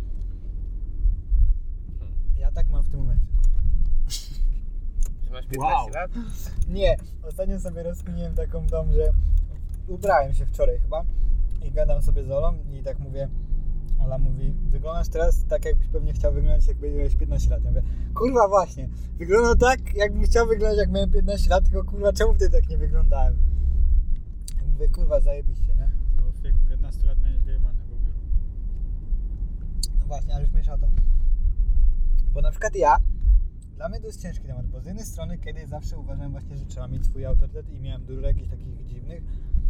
S2: Ja tak mam w tym momencie.
S3: Że masz 15
S1: Wow.
S3: lat?
S2: Nie, ostatnio sobie rozkminiłem taką dom, że ubrałem się wczoraj chyba i gadam sobie z Olą i tak mówię, Ola mówi, wyglądasz teraz tak, jakbyś pewnie chciał wyglądać, jakby miałeś 15 lat. Ja mówię, kurwa właśnie, wyglądam tak, jakbym chciał wyglądać, jak miałem 15 lat, tylko kurwa, czemu wtedy tak nie wyglądałem? Ja mówię, kurwa, zajebiście, nie?
S1: Bo w wieku 15 lat miałeś wyjebane w ogóle.
S2: No właśnie, ale już mniejsza o to. Bo na przykład dla mnie to jest ciężki temat, bo z jednej strony kiedyś zawsze uważałem właśnie, że trzeba mieć swój autorytet i miałem dużo jakichś takich dziwnych,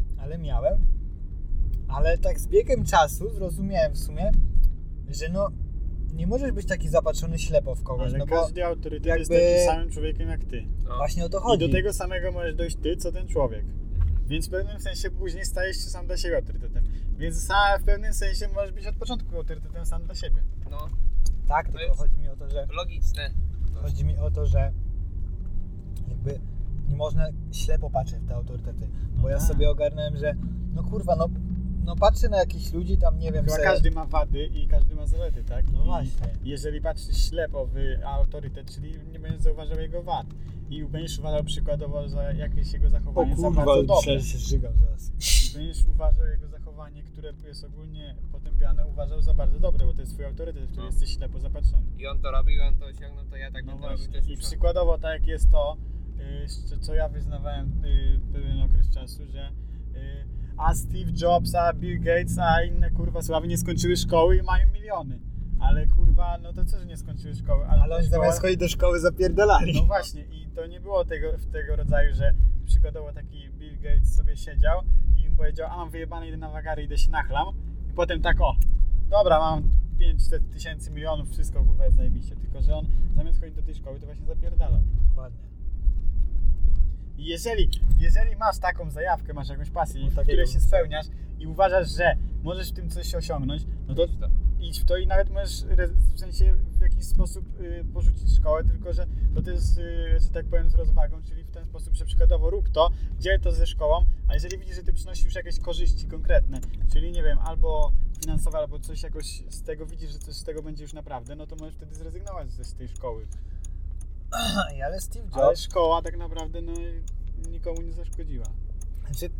S2: ale tak z biegiem czasu zrozumiałem w sumie, że no nie możesz być taki zapatrzony ślepo w kogoś,
S1: Ale
S2: no bo
S1: każdy autorytet
S2: jakby-
S1: jest takim samym człowiekiem jak ty.
S3: No.
S2: właśnie o to
S1: I
S2: chodzi.
S1: do tego samego możesz dojść ty, co ten człowiek. Więc w pewnym sensie później stajesz się sam dla siebie autorytetem. Więc w pewnym sensie możesz być od początku autorytetem sam dla siebie.
S3: No,
S2: Tak,
S3: To
S2: tylko
S3: jest-
S2: chodzi mi o to, że
S3: logiczne.
S2: chodzi mi o to, że jakby nie można ślepo patrzeć w te autorytety, bo
S1: No
S2: ja
S1: tak.
S2: sobie ogarnąłem, że no kurwa, no patrzę na jakichś ludzi tam, nie wiem,
S1: Chyba
S2: se-
S1: każdy ma wady i każdy ma zalety, tak?
S2: No
S1: I
S2: właśnie.
S1: jeżeli patrzysz ślepo w autorytet, czyli nie będziesz zauważał jego wad i będziesz uważał przykładowo za jakieś jego
S2: O
S1: zachowanie za
S2: kurwa,
S1: bardzo dobre.
S2: myślałem, że się żygam zaraz.
S1: I będziesz uważał jego zachowanie, które jest ogólnie potępiane, uważał za bardzo dobre, bo to jest twój autorytet, w który
S3: No.
S1: jesteś ślepo zapatrzony.
S3: I on to robił, on to osiągnął, to ja tak
S1: No
S3: bym to robił
S1: właśnie.
S3: też
S1: I
S3: osiągnął.
S1: przykładowo tak jak jest to, co ja wyznawałem pewien okres czasu, że a Steve Jobs, a Bill Gates, a inne kurwa sławy nie skończyły szkoły i mają miliony. Ale kurwa, no to co, że nie skończyły szkoły?
S2: Ale oni
S1: szkoła-
S2: zamiast chodzić do szkoły zapierdalali.
S1: No właśnie, i to nie było tego rodzaju, że przykładowo taki Bill Gates sobie siedział i im powiedział, a mam wyjebane, idę na wagary, idę się nachlam. I potem tak, o, dobra, mam 500 000 milionów, wszystko kurwa jest zajebiście. Tylko, że on zamiast chodzić do tej szkoły, to właśnie zapierdalał.
S2: Dokładnie.
S1: I jeżeli masz taką zajawkę, masz jakąś pasję,
S2: No
S1: w
S2: takiego
S1: której się
S2: bym chciał.
S1: spełniasz i uważasz, że możesz w tym coś osiągnąć, no to idź w to i nawet możesz w sensie w jakiś sposób porzucić szkołę, tylko że to jest, że tak powiem, z rozwagą, czyli w ten sposób, że przykładowo rób to, dziel to ze szkołą, a jeżeli widzisz, że ty przynosisz już jakieś korzyści konkretne, czyli nie wiem, albo finansowe, albo coś jakoś z tego widzisz, że coś z tego będzie już naprawdę, no to możesz wtedy zrezygnować z tej szkoły.
S2: Ale Steve Jobs...
S1: Ale szkoła tak naprawdę no nikomu nie zaszkodziła.
S2: Znaczy,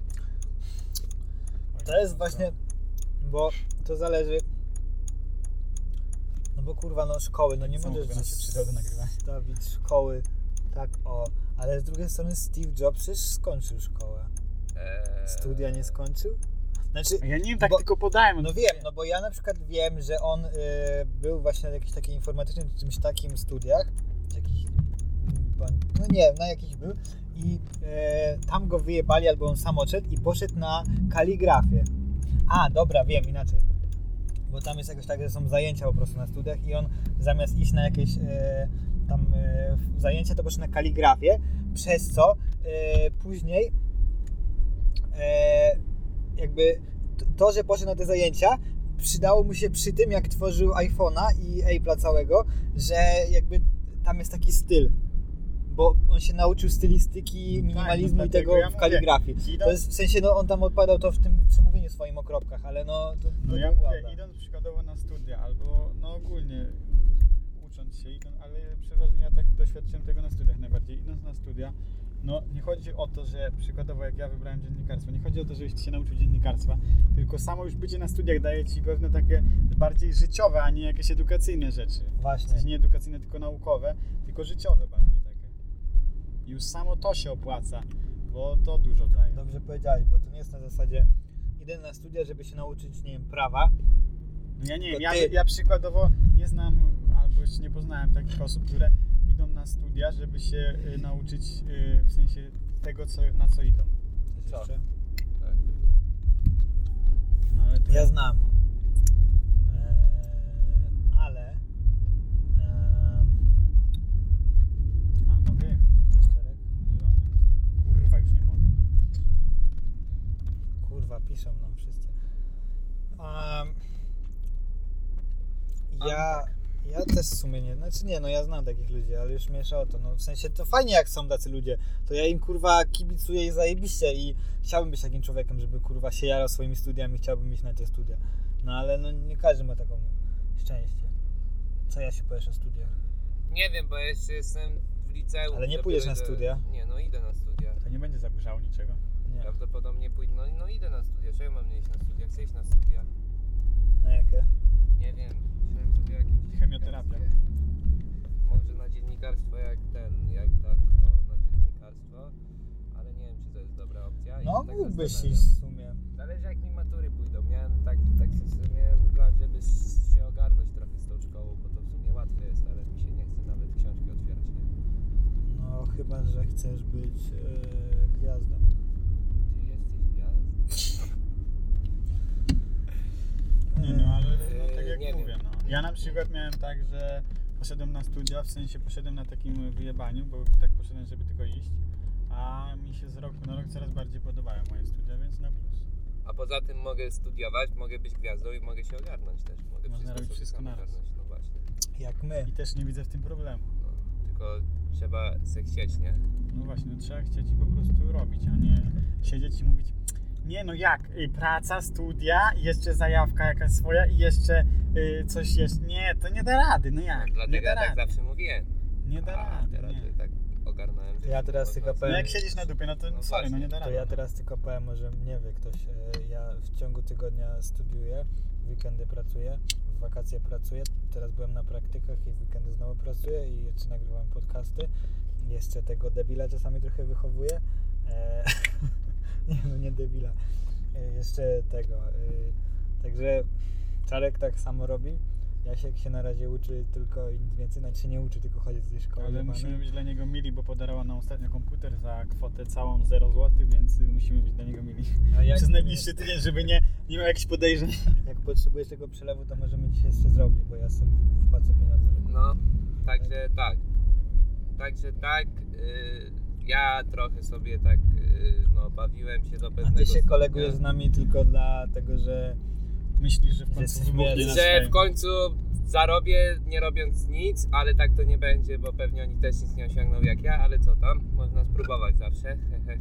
S2: to jest właśnie, bo to zależy, no bo kurwa, no szkoły, no nie możesz
S1: nam się przydało do nagrywania.
S2: stawić szkoły tak ale z drugiej strony Steve Jobs przecież skończył szkołę. Studia nie skończył? Znaczy,
S1: Ja nie wiem, tak tylko podałem.
S2: No wiem, no bo ja na przykład wiem, że on był właśnie na jakichś takiej informatycznej czy czymś takim studiach, jakiś, no nie wiem, na jakichś był i tam go wyjebali albo on sam odszedł i poszedł na kaligrafię. A, dobra, wiem, inaczej. Bo tam jest jakoś tak, że są zajęcia po prostu na studiach i on zamiast iść na jakieś zajęcia, to poszedł na kaligrafię, przez co później jakby to, że poszedł na te zajęcia, przydało mu się przy tym, jak tworzył iPhone'a i Apple'a całego, że jakby tam jest taki styl. Bo on się nauczył stylistyki, minimalizmu i tego w kaligrafii. To jest w sensie, no on tam odpadał to w tym przemówieniu swoim o kropkach, ale no to
S1: no ja mówię, idąc przykładowo na studia, albo no ogólnie ucząc się, ale przeważnie ja tak doświadczyłem tego na studiach najbardziej. Idąc na studia, no nie chodzi o to, że przykładowo jak ja wybrałem dziennikarstwo, nie chodzi o to, żebyś ty się nauczył dziennikarstwa, tylko samo już bycie na studiach daje ci pewne takie bardziej życiowe, a nie jakieś edukacyjne rzeczy.
S2: Właśnie.
S1: W sensie nie edukacyjne, tylko naukowe, tylko życiowe bardziej takie. I już samo to się opłaca, bo to dużo daje.
S2: Dobrze powiedziałeś, bo to nie jest na zasadzie idę na studia, żeby się nauczyć, nie wiem, prawa.
S1: No ja nie wiem, ja przykładowo nie znam, albo jeszcze nie poznałem takich osób, które idą na studia, żeby się nauczyć w sensie tego, na co idą.
S2: Co? Jeszcze?
S3: Tak.
S1: No, ale to
S2: Ja znam. Ale...
S1: mogę jechać.
S2: Czeszczerek?
S1: Kurwa, już nie mogę.
S2: Kurwa, piszą nam wszyscy. Ja też w sumie nie, znaczy nie, no ja znam takich ludzi, ale już miesza o to, no w sensie to fajnie jak są tacy ludzie, to ja im kurwa kibicuję i zajebiście i chciałbym być takim człowiekiem, żeby kurwa się jarał swoimi studiami, chciałbym iść na te studia, no ale no nie każdy ma taką szczęście. Co ja się powiesz o studiach?
S3: Nie wiem, bo ja jeszcze jestem w liceum.
S2: Ale nie pójdziesz na studia?
S3: Nie, no idę na studia.
S1: To nie będzie zaburzało niczego.
S2: Nie.
S3: Prawdopodobnie pójdę, no idę na studia. Czego mam nie iść na studia? Chcę iść na studia.
S2: Na jakie?
S3: Nie wiem, myślałem sobie o jakimś...
S1: Chemioterapia.
S3: Może na dziennikarstwo jak na dziennikarstwo, ale nie wiem, czy to jest dobra opcja.
S2: No
S3: tak
S2: mógłbyś
S3: zastanawiam.
S2: iść w sumie.
S3: Zależy jak mi matury pójdą. Miałem miałem plan, żeby się ogarnąć trochę z tą szkołą, bo to w sumie łatwe jest, ale mi się nie chce nawet książki otwierać, nie?
S2: No chyba, że chcesz być gwiazdą.
S3: Ty jesteś gwiazdą.
S1: Nie no, ale no, tak jak
S3: nie
S1: mówię,
S3: wiem.
S1: no. Ja na przykład miałem tak, że poszedłem na studia, w sensie poszedłem na takim wyjebaniu, bo tak poszedłem, żeby tylko iść, a mi się z roku na rok coraz bardziej podobają moje studia, więc na plus.
S3: A poza tym mogę studiować, mogę być gwiazdą i mogę się ogarnąć też. Mogę
S1: Można robić
S3: sobie
S1: wszystko
S3: sam
S1: naraz.
S3: ogarnąć, no właśnie.
S2: Jak my.
S1: I też nie widzę w tym problemu.
S3: No, tylko trzeba se chcieć, nie?
S1: No właśnie, no trzeba chcieć i po prostu robić, a nie siedzieć i mówić nie no jak, praca, studia, jeszcze zajawka jakaś swoja i jeszcze coś jeszcze, nie, to nie da rady, no jak,
S3: No, dlatego
S1: nie da
S3: ja tak
S1: rady,
S3: zawsze mówiłem.
S1: nie da
S3: A
S1: rady,
S3: teraz
S1: nie.
S3: tak ogarnąłem. że
S2: Ja
S3: się
S2: teraz
S3: można
S2: tylko
S1: No
S2: powiem-
S1: jak siedzisz na dupie, no to
S3: No
S1: sorry, no nie da
S2: To
S1: rady.
S2: ja teraz tylko powiem, może nie wie ktoś, ja w ciągu tygodnia studiuję, w weekendy pracuję, w wakacje pracuję, teraz byłem na praktykach i w weekendy znowu pracuję i jeszcze nagrywam podcasty, jeszcze tego debila czasami trochę wychowuję, nie no nie debila, jeszcze tego, także Czarek tak samo robi, Jasiek się na razie uczy tylko i nic więcej, nawet się nie uczy, tylko chodzi do tej szkoły.
S1: Ale
S2: jebany.
S1: musimy być dla niego mili, bo podarowała nam ostatnio komputer za kwotę całą 0 zł, więc musimy być dla niego mili.
S2: A jak-
S1: Przez najbliższy tydzień, żeby nie miał jakichś podejrzeń.
S2: Jak potrzebujesz tego przelewu, to możemy dzisiaj jeszcze zrobić, bo ja sobie wpłacę pieniądze.
S3: No, także tak. Ja trochę sobie tak, bawiłem się do
S2: A
S3: pewnego
S2: ty się
S3: stopnia.
S2: kolegujesz z nami tylko dlatego, że
S1: Myślisz, że w końcu
S2: Jesteśmy
S1: wybuchnie na
S3: Że
S1: swoim?
S3: w końcu zarobię nie robiąc nic, ale tak to nie będzie, bo pewnie oni też nic nie osiągną jak ja, ale co tam? Można spróbować zawsze.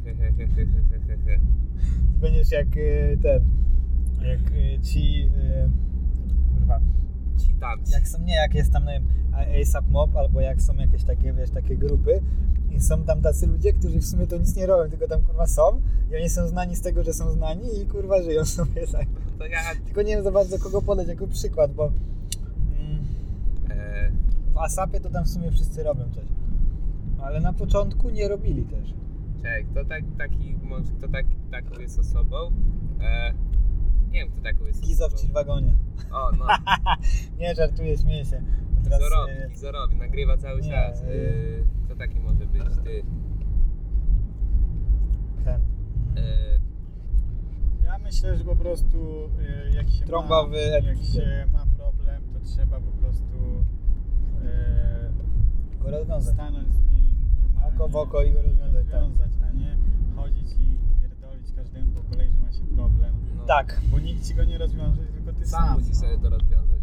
S2: Będziesz jak jak ci, kurwa,
S3: Ci tam.
S2: jak jest tam, nie wiem, ASAP Mob, albo jak są jakieś takie, wiesz, takie grupy i są tam tacy ludzie, którzy w sumie to nic nie robią, tylko tam kurwa są i oni są znani z tego, że są znani i kurwa żyją sobie tak.
S3: To ja...
S2: Tylko nie wiem za bardzo kogo podać jako przykład, bo w ASAPie to tam w sumie wszyscy robią coś. Ale na początku nie robili też.
S3: Czekaj, taką jest osobą? Nie wiem, kto taką jest
S2: Gizo w
S3: osobą.
S2: G-Wagonie.
S3: O, no.
S2: Nie, żartuję, śmieję się. Bo teraz,
S3: Gizorowi, nagrywa cały
S2: nie,
S3: czas. Kto taki może być? Ty.
S2: ten.
S1: Ja myślę, że po prostu jak się
S2: Trąba
S1: ma,
S2: w
S1: jak
S2: Epicie.
S1: się ma problem, to trzeba po prostu
S2: Go rozwiązać.
S1: stanąć z nim normalnie.
S2: Oko w oko i go rozwiązać, tak.
S1: a nie chodzić i pierdolić każdemu po kolei, że ma się problem.
S3: No.
S2: Tak.
S1: Bo nikt ci go nie rozwiąże, tylko ty
S3: Sam
S1: sam.
S3: musi sobie to rozwiązać.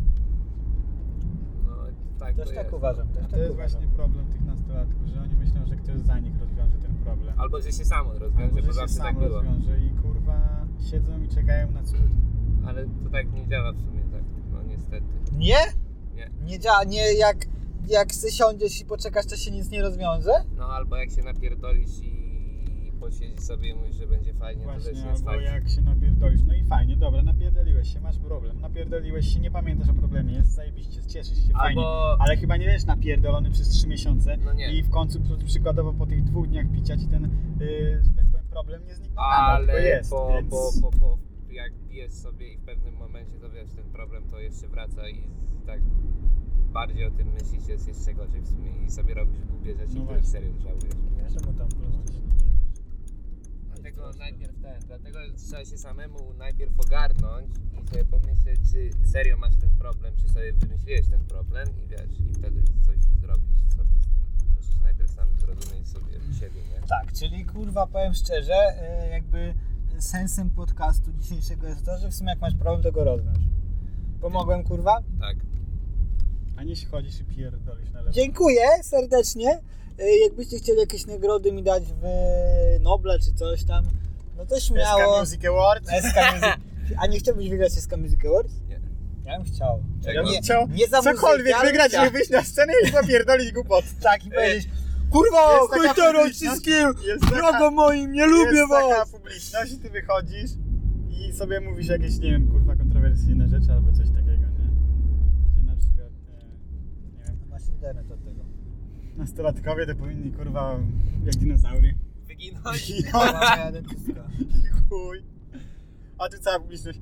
S3: No, tak
S2: Też
S3: to
S2: tak
S3: jest.
S2: uważam. Też
S1: To
S2: tak
S1: jest
S2: uważam.
S1: właśnie problem tych nastolatków, że oni myślą, że ktoś za nich rozwiąże ten problem.
S3: Albo że się sam rozwiąże,
S1: Albo,
S3: bo
S1: że się
S3: zawsze tak
S1: sam
S3: było.
S1: rozwiąże i kurwa siedzą i czekają na cud.
S3: Ale to tak nie działa w sumie, tak. No niestety.
S2: Nie?
S3: Nie.
S2: Nie działa, nie jak se siądziesz i poczekasz, to się nic nie rozwiąże?
S3: No albo jak się napierdolisz i posiedzisz sobie i mówisz, że będzie fajnie, to też
S1: Właśnie,
S3: nie jest
S1: albo
S3: fajnie.
S1: jak się napierdolisz, no i fajnie, dobra, napierdoliłeś się, masz problem, napierdoliłeś się, nie pamiętasz o problemie, jest zajebiście, cieszysz się, fajnie,
S3: Albo...
S1: ale chyba nie wiesz napierdolony przez 3 miesiące
S3: No nie.
S1: i w końcu przykładowo po tych 2 dniach picia ci ten, że tak powiem, problem nie zniknął, tylko
S3: Ale
S1: jest, więc...
S3: po jak pijesz sobie i w pewnym momencie to wiesz, ten problem to jeszcze wraca i tak bardziej o tym myślisz, jest jeszcze gorzej w sumie i sobie robisz głupie rzeczy
S1: No
S3: i
S1: właśnie.
S3: serio żałujesz. Nie?
S2: Czemu tam po prostu?
S3: Dlatego trzeba się samemu najpierw ogarnąć i sobie pomyśleć, czy serio masz ten problem, czy sobie wymyśliłeś ten problem i wiesz, i wtedy coś zrobić sobie z tym. Musisz najpierw sam zrozumieć sobie siebie, nie?
S2: Tak, czyli kurwa powiem szczerze, jakby sensem podcastu dzisiejszego jest to, że w sumie jak masz problem, to go rozwiąż. Pomogłem kurwa?
S3: Tak.
S1: A nie się chodzisz i pierdolisz na lewo.
S2: Dziękuję serdecznie. Jakbyście chcieli jakieś nagrody mi dać w Nobla czy coś tam, no to śmiało.
S1: SK Music Awards.
S2: SK Music. A nie chciałbyś wygrać SK Music Awards?
S3: Nie.
S2: Ja bym chciał.
S3: Czego?
S1: Ja bym
S2: Nie,
S1: chciał
S2: nie za
S1: cokolwiek
S2: muzykę, ale
S1: wygrać,
S2: chciał.
S1: żeby wyjść na scenę i popierdolić głupot.
S2: Tak i powiedzieć, kurwa,
S1: Jest taka
S2: hejtero
S1: publiczność,
S2: wszystkim,
S1: jest taka-
S2: wrogom moim, nie lubię
S1: Jest
S2: was.
S1: taka publiczność i ty wychodzisz i sobie mówisz jakieś, nie wiem, kurwa, kontrowersyjne rzeczy albo coś takiego, nie? Że na przykład, nie wiem,
S2: Masz internet od tego.
S1: nastolatkowie to powinni, kurwa, jak dinozaury.
S3: Wyginąć.
S2: Mała moja dentystka.
S1: I chuj. A tu cała publiczność.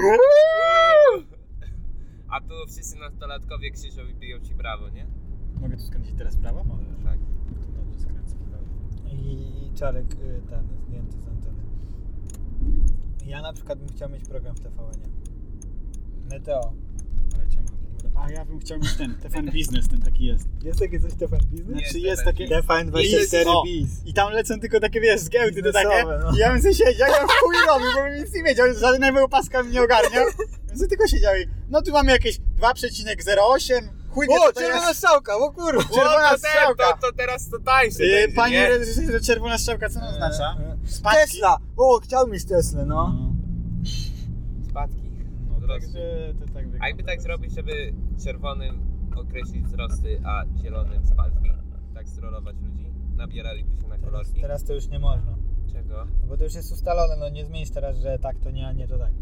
S3: A tu wszyscy nastolatkowie krzyczą i biją ci brawo, nie?
S1: Mogę tu skręcić teraz w prawo? Możesz.
S3: Tak.
S1: Dobrze, skręcę w prawo.
S2: I Czarek ten, zdjęty z anteny. Ja na przykład bym chciał mieć program w TVN-ie. Meteo.
S1: Ale czemu? A ja bym chciał mieć ten, TVN Business, ten taki jest.
S2: Jest takie coś TVN Business?
S1: Znaczy
S3: Jest
S1: jest
S3: TVN
S1: takie...
S2: TVN 24
S1: O,
S2: bis.
S1: I tam lecą tylko takie, wiesz, zgiełdy to takie.
S2: Biznesowe, no.
S1: I ja bym sobie siedział, ja bym chuj robił, bo bym nic nie wiedział, żadnego paska mi nie ogarniał. Więc ja tylko siedział i, no tu mamy jakieś 2,08, chuj wie
S2: O,
S1: co to
S2: czerwona
S1: jest.
S2: strzałka, o kurwa.
S1: Czerwona
S3: to,
S1: strzałka.
S3: to teraz to tańsze będzie,
S1: Panie
S3: nie?
S1: reżyserze, czerwona strzałka co ona oznacza? Spadki.
S2: Tesla! O, chciał mieć Teslę, no.
S3: Spadki.
S1: No
S3: Wzrosty.
S1: także to tak wygląda.
S3: A jakby tak zrobić, żeby czerwonym określić wzrosty, a zielonym spadki? Tak strollować ludzi? Nabieraliby się na kolorki?
S2: Teraz to już nie można.
S3: Czego?
S2: No bo to już jest ustalone, no nie zmienisz teraz, że tak to nie, a nie to tak.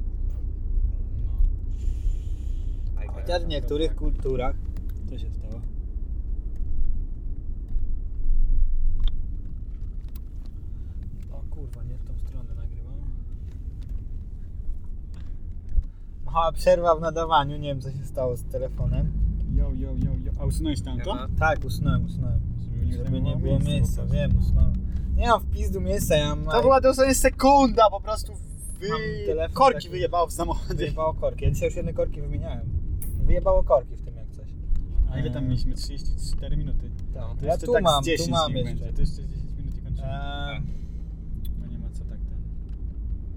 S3: Ajka.
S2: Chociaż w niektórych kulturach.
S1: Co się stało?
S2: O kurwa, nie w tą stronę nagrywam. Mała przerwa w nadawaniu, nie wiem co się stało z telefonem.
S1: Jo. A usunąłeś tamto?
S3: Siema.
S2: Tak, usunąłem. Żeby nie było miejsca,
S1: po prostu.
S2: wiem, usunąłem. Nie mam w pizdu miejsca, ja mam...
S1: To była dosłownie sekunda, po prostu
S2: Mam telefon
S1: korki
S2: taki-
S1: wyjebało w samochodzie.
S2: Wyjebało korki, ja dzisiaj już jedne korki wymieniałem. Wyjebało korki w tym jak coś.
S1: A ile tam mieliśmy? 34 minuty.
S3: No,
S2: Tak,
S1: To
S2: ja
S1: jeszcze
S2: tu
S1: tak
S2: mam,
S1: z 10
S2: tu mam
S1: niech
S2: jeszcze.
S1: będzie. To jeszcze 10 minut i kończymy.
S2: Eee,
S1: No nie ma co tak ten.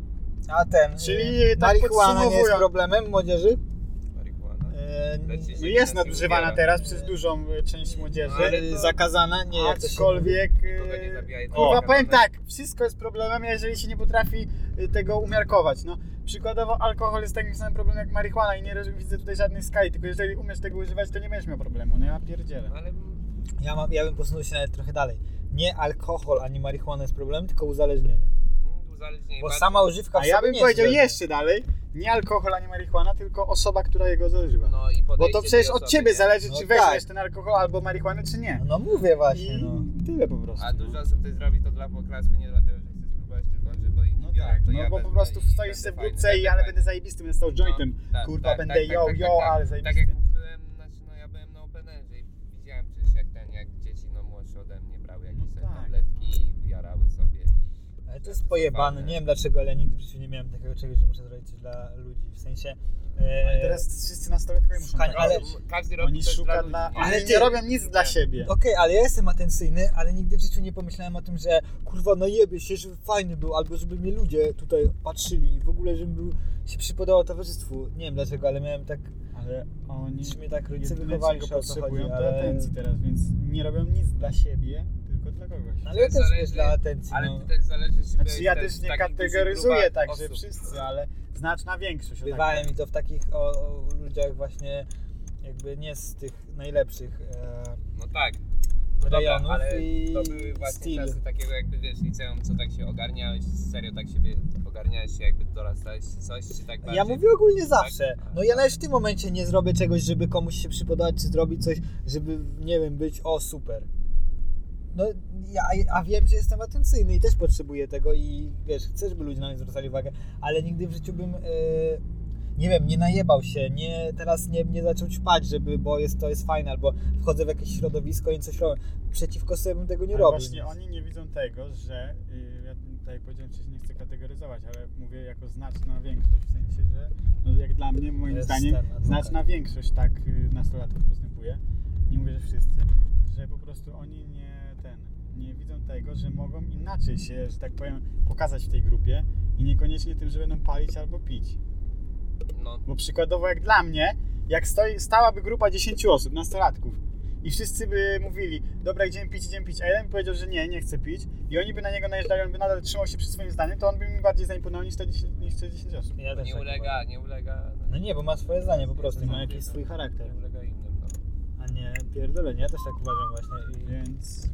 S2: A ten,
S1: Czyli tak
S2: marihuana nie jest
S1: podsumowując-
S2: problemem młodzieży?
S3: Marihuana.
S1: No jest nadużywana teraz przez dużą część młodzieży,
S3: Ale to-
S2: Zakazana? Nie, jak to się
S1: aczkolwiek...
S3: Nikogo nie zabijaj,
S1: Kurwa,
S3: tylko
S1: powiem
S3: zakazane.
S1: tak, wszystko jest problemem, jeżeli się nie potrafi tego umiarkować. No, przykładowo alkohol jest takim samym problemem jak marihuana i nie widzę tutaj żadnej skali, tylko jeżeli umiesz tego używać, to nie będziesz miał problemu, no ja pierdzielę.
S3: Ale
S2: Ja bym posunął się nawet trochę dalej. Nie alkohol ani marihuana jest problemem, tylko uzależnienie.
S3: uzależnienie
S2: Bo
S3: bardzo-
S2: sama używka w
S1: A ja
S2: sobie
S1: bym
S2: nie
S1: powiedział
S2: jest
S1: jeszcze dalej, nie alkohol ani marihuana, tylko osoba, która jego zażywa.
S3: No i
S1: Bo
S3: podejście
S1: to przecież
S3: tej
S1: od
S3: osoby,
S1: ciebie
S3: nie?
S1: zależy,
S2: No
S1: czy weźmiesz
S2: tak.
S1: ten alkohol albo marihuanę, czy nie.
S2: No mówię
S1: I
S2: właśnie, no.
S1: tyle po prostu.
S3: A
S1: no.
S3: dużo osób to zrobi to dla poklasku, nie dlatego, że chce spróbować, tylko że bo inni
S1: No
S3: biorą,
S1: tak,
S3: to
S1: no
S3: ja
S1: bo po
S3: wezmę
S1: prostu
S3: i
S1: stoisz
S3: będę
S1: sobie w
S3: fajny,
S1: budce i ale
S3: fajny.
S1: będę zajebisty, będę stał jointem.
S3: tak,
S1: Kurwa,
S3: tak,
S1: będę
S3: tak,
S1: yo,
S3: tak,
S1: yo,
S3: tak,
S1: ale
S3: tak.
S1: zajebisty.
S3: Tak jak byłem, znaczy no ja byłem na openerze i widziałem przecież jak dzieci no młodsze ode mnie brały jakieś
S1: No
S3: sobie
S1: tak.
S3: tabletki i jarały sobie.
S2: Ale to jest pojebane, nie wiem dlaczego, ale nigdy w życiu nie miałem takiego czegoś, że muszę zrobić coś dla ludzi. W sensie...
S1: Ale teraz wszyscy nastolatkowie muszą
S2: Szukanie-
S1: tak
S2: ale-
S1: robić.
S3: Każdy robi
S1: Oni
S3: coś
S1: szuka
S3: ludzi,
S1: dla...
S3: nie?
S2: Ale
S1: Oni
S2: ty-
S1: nie robią nic dla siebie.
S2: Okej, ale ja jestem atencyjny, ale nigdy w życiu nie pomyślałem o tym, że kurwa najebie się, żeby fajny był, albo żeby mnie ludzie tutaj patrzyli i w ogóle żebym się przypodobał towarzystwu. Nie wiem dlaczego, ale miałem tak...
S1: Ale oni
S2: Czy mnie tak rodzice
S1: jedyne,
S2: wychowali,
S1: czego
S2: że o co
S1: potrzebują,
S2: chodzi,
S1: to
S2: ale...
S1: atencji teraz, więc nie robią nic dla siebie, tylko dla kogoś.
S2: Ale ja
S3: To
S2: też
S3: zależy-
S2: wiesz, dla atencji,
S3: Ale
S2: no.
S3: to też zależy, czy
S1: Znaczy ja
S3: byłeś
S1: też nie
S3: w takich dużych
S1: kategoryzuję
S3: grupach
S1: tak, że
S3: osób.
S1: wszyscy, ale znaczna większość. o tak
S2: Bywało
S1: powiem.
S2: mi to w takich o ludziach właśnie jakby nie z tych najlepszych
S3: No tak. No dobra,
S2: rejonów
S3: ale
S2: i
S3: to były właśnie
S2: styl.
S3: czasy takiego jakby wiesz liceum, co tak się ogarniałeś, serio tak siebie ogarniałeś się jakby dorastałeś czy coś, czy tak bardziej?
S2: Ja mówię ogólnie zawsze.
S3: Tak?
S2: No ja nawet w tym momencie nie zrobię czegoś, żeby komuś się przypodobać, czy zrobić coś, żeby, nie wiem, być super. No a wiem, że jestem atencyjny i też potrzebuję tego i wiesz, chcę, żeby ludzie na mnie zwracali uwagę, ale nigdy w życiu bym, nie wiem, nie najebał się, teraz nie zaczął ćpać, bo to jest fajne, albo wchodzę w jakieś środowisko i coś robię. Przeciwko sobie bym tego nie
S1: Ale
S2: robił.
S1: właśnie oni nie widzą tego, że ja tak jak powiedziałem wcześniej, nie chcę kategoryzować, ale mówię jako znaczna większość, w sensie, że no jak dla mnie, moim
S2: Jest
S1: zdaniem,
S2: ten adwokat.
S1: znaczna większość tak nastolatków postępuje. Nie mówię, że wszyscy, że po prostu oni nie widzą tego, że mogą inaczej się, że tak powiem, pokazać w tej grupie i niekoniecznie tym, że będą palić albo pić.
S3: No.
S1: Bo przykładowo jak dla mnie, jak stałaby grupa 10 osób, nastolatków i wszyscy by mówili, dobra idziemy pić, a jeden by powiedział, że nie chce pić i oni by na niego najeżdżali, on by nadal trzymał się przy swoim zdaniu, to on by mi bardziej zaimponował niż te 10 osób.
S2: Ja
S3: To
S2: też
S3: nie
S2: tak
S3: ulega,
S2: uważam. No nie, bo ma swoje zdanie po prostu, ma
S3: Nie
S2: jakiś swój charakter.
S3: Nie ulega innym, no.
S2: A nie pierdolenie, ja też tak uważam właśnie.
S1: Więc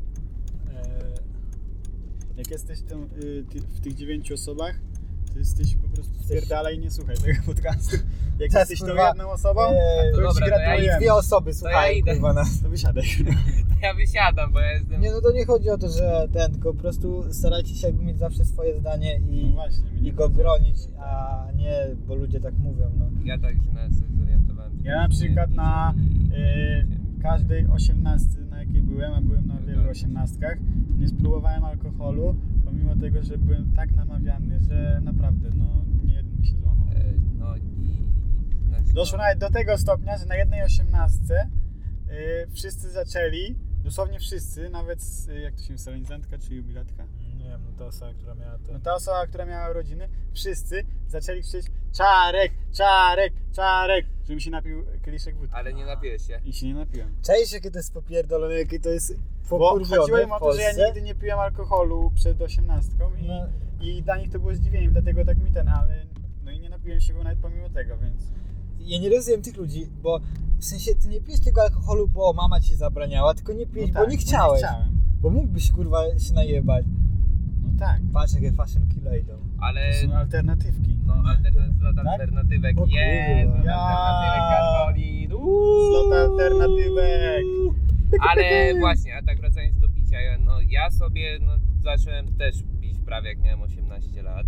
S1: jak jesteś w tych 9 osobach, to jesteś po prostu spierdalaj i nie słuchaj tego podcastu. Jak
S2: Teraz,
S1: jesteś tą
S2: kurwa,
S1: jedną osobą,
S2: to
S1: to
S3: dobra,
S1: ci
S3: to ja
S1: gratulujemy.
S2: Dwie osoby słuchają,
S3: idę.
S2: kurwa nas.
S1: To wysiadaj.
S3: To ja wysiadam, bo ja jestem...
S2: Nie, no to nie chodzi o to, że tylko po prostu starajcie się jakby mieć zawsze swoje zdanie
S1: No właśnie, mnie
S2: i go bronić, a nie, bo ludzie tak mówią, no.
S3: Ja tak się nawet sobie zorientowałem. że
S1: Ja na przykład
S3: nie
S1: na
S3: idzie
S1: każdej 18, na jakiej byłem, a byłem na wielu 18, nie spróbowałem alkoholu, pomimo tego, że byłem tak namawiany, że naprawdę, no, nie jeden by się złamał.
S3: No i... Znaczy,
S1: Doszło nawet do tego stopnia, że na jednej 18 wszyscy zaczęli, dosłownie wszyscy, nawet jak to się solenizantka czy jubilatka,
S2: Nie wiem, no ta osoba, która miała to...
S1: no ta osoba, która miała urodziny, wszyscy zaczęli krzyczeć Czarek, Czarek, Czarek, żebym się napił kieliszek wódki.
S3: Ale nie napiłeś się.
S1: I się nie napiłem.
S2: Cześć, jakie to jest popierdolone, jakie to jest
S1: Bo
S2: pokurwione
S1: chodziło im
S2: w
S1: o to, że ja
S2: Polsce.
S1: nigdy nie piłem alkoholu przed 18
S2: No.
S1: i dla nich to było zdziwieniem, dlatego tak mi ale no i nie napiłem się go nawet pomimo tego, więc...
S2: Ja nie rozumiem tych ludzi, bo w sensie ty nie pijesz tego alkoholu, bo mama ci zabraniała, tylko nie pijesz,
S1: No tak,
S2: bo nie chciałeś. Bo mógłbyś kurwa się najebać.
S1: No tak,
S2: Patrz jakie fashion killa idą.
S3: Ale...
S1: to są alternatywki.
S3: No, alternatywek
S2: O
S3: jest,
S2: kurwa.
S3: alternatywek Karolin.
S1: Slot alternatywek.
S3: Ale właśnie, a tak wracając do picia, ja sobie zacząłem też pić prawie jak miałem 18 lat.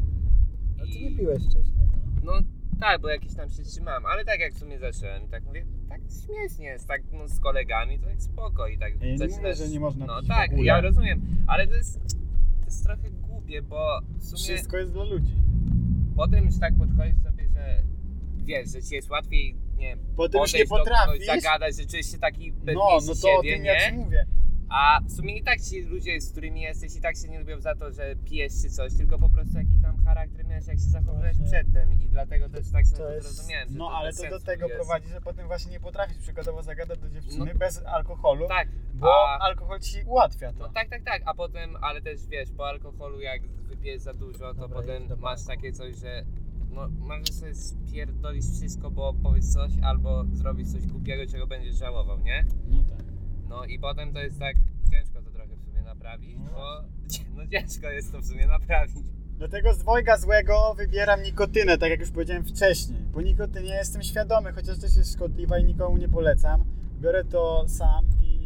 S2: A ty nie piłeś wcześniej, no.
S3: No tak, bo jakiś tam się trzymałem, ale tak jak w sumie zacząłem i tak mówię, tak śmiesznie jest, tak z kolegami, to tak spoko i tak
S1: Ja nie
S3: zaczynasz...
S1: mówię, że nie można
S3: No
S1: pić w
S3: tak,
S1: ogóle.
S3: ja rozumiem, ale to jest trochę głupie, bo w sumie
S1: Wszystko jest dla ludzi.
S3: potem już tak podchodzisz sobie, że wiesz, że ci jest łatwiej, nie wiem,
S1: Potem już nie
S3: podejść do kogoś,
S1: potrafisz.
S3: zagadać, że czujesz się taki pewniejszy
S1: No to o
S3: siebie,
S1: tym ja ci
S3: nie?
S1: mówię.
S3: A w sumie i tak ci ludzie, z którymi jesteś, i tak się nie lubią za to, że pijesz czy coś, tylko po prostu jaki tam charakter miałeś, jak się zachowywałeś
S2: Właśnie.
S3: przedtem i dlatego też tak sobie
S2: To
S3: to
S2: jest-
S3: zrozumiałem. że
S1: No
S3: to
S1: ale
S3: bez
S1: to do
S3: sensu
S1: tego
S3: jest.
S1: prowadzi, że potem właśnie nie potrafisz przykładowo zagadać do dziewczyny
S3: No.
S1: bez alkoholu,
S3: Tak,
S1: bo alkohol ci ułatwia to.
S3: no tak, a potem, ale też wiesz, po alkoholu jak wypijesz za dużo, to
S2: Dobra,
S3: potem
S2: idź do
S3: masz
S2: banku.
S3: takie coś, że no możesz sobie spierdolić wszystko, bo powiesz coś, albo zrobić coś głupiego, czego będziesz żałował, nie?
S1: No tak.
S3: No i potem to jest tak, ciężko to trochę w sumie naprawić,
S1: No.
S3: bo no ciężko jest to w sumie naprawić.
S1: Dlatego z dwojga złego wybieram nikotynę, tak jak już powiedziałem wcześniej. Po nikotynie jestem świadomy, chociaż też jest szkodliwa i nikomu nie polecam. Biorę to sam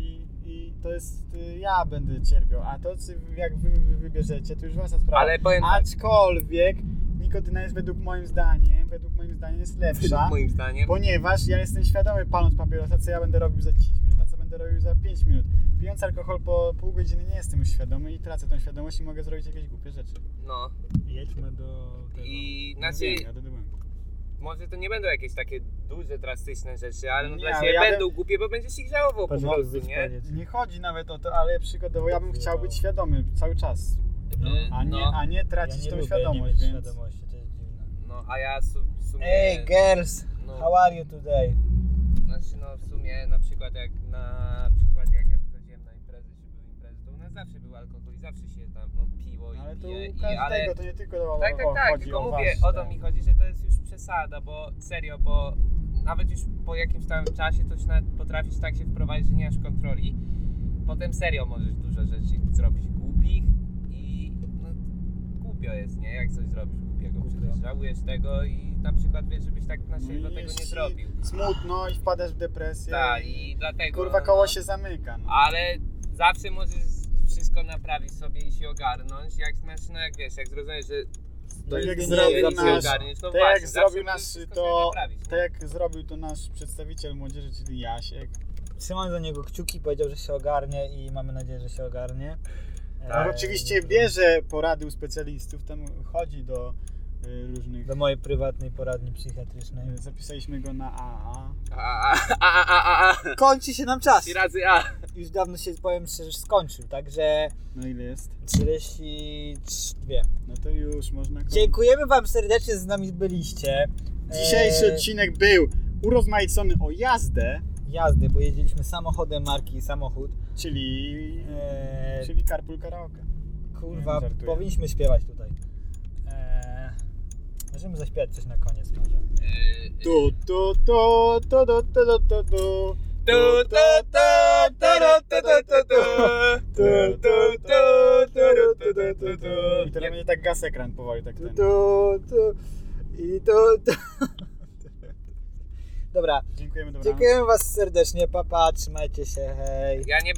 S1: i to jest, ja będę cierpiał. A to, jak wy wybierzecie, to już wasza sprawa.
S3: Ale powiem tak,
S1: Aczkolwiek nikotyna jest według moim zdaniem jest lepsza.
S3: moim zdaniem,
S1: Ponieważ ja jestem świadomy, paląc papierosa, co ja będę robił za 10 minut, a co będę robił za 5 minut. Pijąc alkohol po pół godziny nie jestem już świadomy i tracę tą świadomość i mogę zrobić jakieś głupie rzeczy.
S3: no
S2: Jedźmy do tego.
S3: i
S1: No
S3: znaczy,
S1: wiem, jadę do banku.
S3: może to nie będą jakieś takie duże, drastyczne rzeczy, ale no
S1: Nie,
S3: dla
S1: ale
S3: ciebie
S1: ja
S3: będą głupie, bo będziesz ich żałował po
S2: Pozwól
S3: prostu,
S2: być
S3: nie?
S2: koniec.
S1: Nie chodzi nawet o to, ale przykładowo ja bym chciał być świadomy cały czas,
S3: No,
S1: a nie
S2: Ja
S1: tracić
S2: nie
S1: tą
S2: lubię
S1: świadomość,
S2: nie mieć
S1: więc...
S2: świadomości, to jest dziwne.
S3: no a ja w sumie...
S2: Hey girls,
S3: no,
S2: how are you today?
S3: Znaczy no w sumie na przykład jak ja wychodziłem na imprezy, czy były imprezy, to u nas zawsze był alkohol i zawsze się tam piło i
S1: Ale to
S3: pije,
S1: u każdego,
S3: ale
S1: to nie tylko o
S3: tak,
S1: chodzi
S3: tylko
S1: o
S3: mówię,
S1: was,
S3: o to mi chodzi, że to jest już przesada, bo serio, bo nawet już po jakimś tam czasie to już nawet potrafisz tak się wprowadzić, że nie masz kontroli, potem serio możesz dużo rzeczy zrobić głupich i no, głupio jest, nie? Jak coś zrobisz głupiego,
S2: Głupio.
S3: przecież żałujesz tego i na przykład wiesz, żebyś tak na
S1: No
S3: siebie
S1: i
S3: tego
S1: jest
S3: nie
S1: ci
S3: zrobił.
S1: smutno i wpadasz w depresję
S3: Tak, i dlatego...
S1: kurwa
S3: no,
S1: koło się zamyka. No.
S3: ale zawsze możesz wszystko naprawić sobie i się ogarnąć, jak znaczy, no jak wiesz, jak zrozumiesz, że to
S1: Tak
S3: jest
S1: jak
S3: zrobił
S1: zrobił
S3: nasz,
S1: nasz-
S3: ogarniesz, no
S1: tak
S3: właśnie,
S1: jak
S3: zawsze
S1: zrobił
S3: możesz
S1: nasz,
S3: wszystko
S1: to-
S3: sobie naprawić, nie?
S1: Tak jak zrobił to nasz przedstawiciel młodzieży, czyli Jasiek.
S2: Trzymam za niego kciuki, powiedział, że się ogarnie i mamy nadzieję, że się ogarnie.
S3: Tak.
S1: Oczywiście bierze porady u specjalistów, tam chodzi do różnych...
S2: Do mojej prywatnej poradni psychiatrycznej.
S1: Zapisaliśmy go na AA.
S2: Kończy się nam czas.
S3: 3 razy A.
S2: Już dawno się, powiem szczerze, skończył, także
S1: No ile jest?
S2: 42.
S1: No to już można kończyć.
S2: Dziękujemy wam serdecznie, że z nami byliście.
S1: Dzisiejszy odcinek był urozmaicony o jazdę,
S2: Jazdy, bo jeździliśmy samochodem marki Samochód.
S1: czyli Carpool Karaoke.
S2: Kurwa,
S1: żartuję.
S2: powinniśmy śpiewać tutaj. Możemy zaśpiewać coś na koniec może.
S1: Tu, tu, tu, tu, tu, tu, tu, tu. I teraz będzie tak gaz ekran powoli, tak ten.
S2: Dobra,
S1: Dziękujemy, dobranoc.
S2: dziękujemy was serdecznie, papa, trzymajcie się, hej.
S3: Ja nie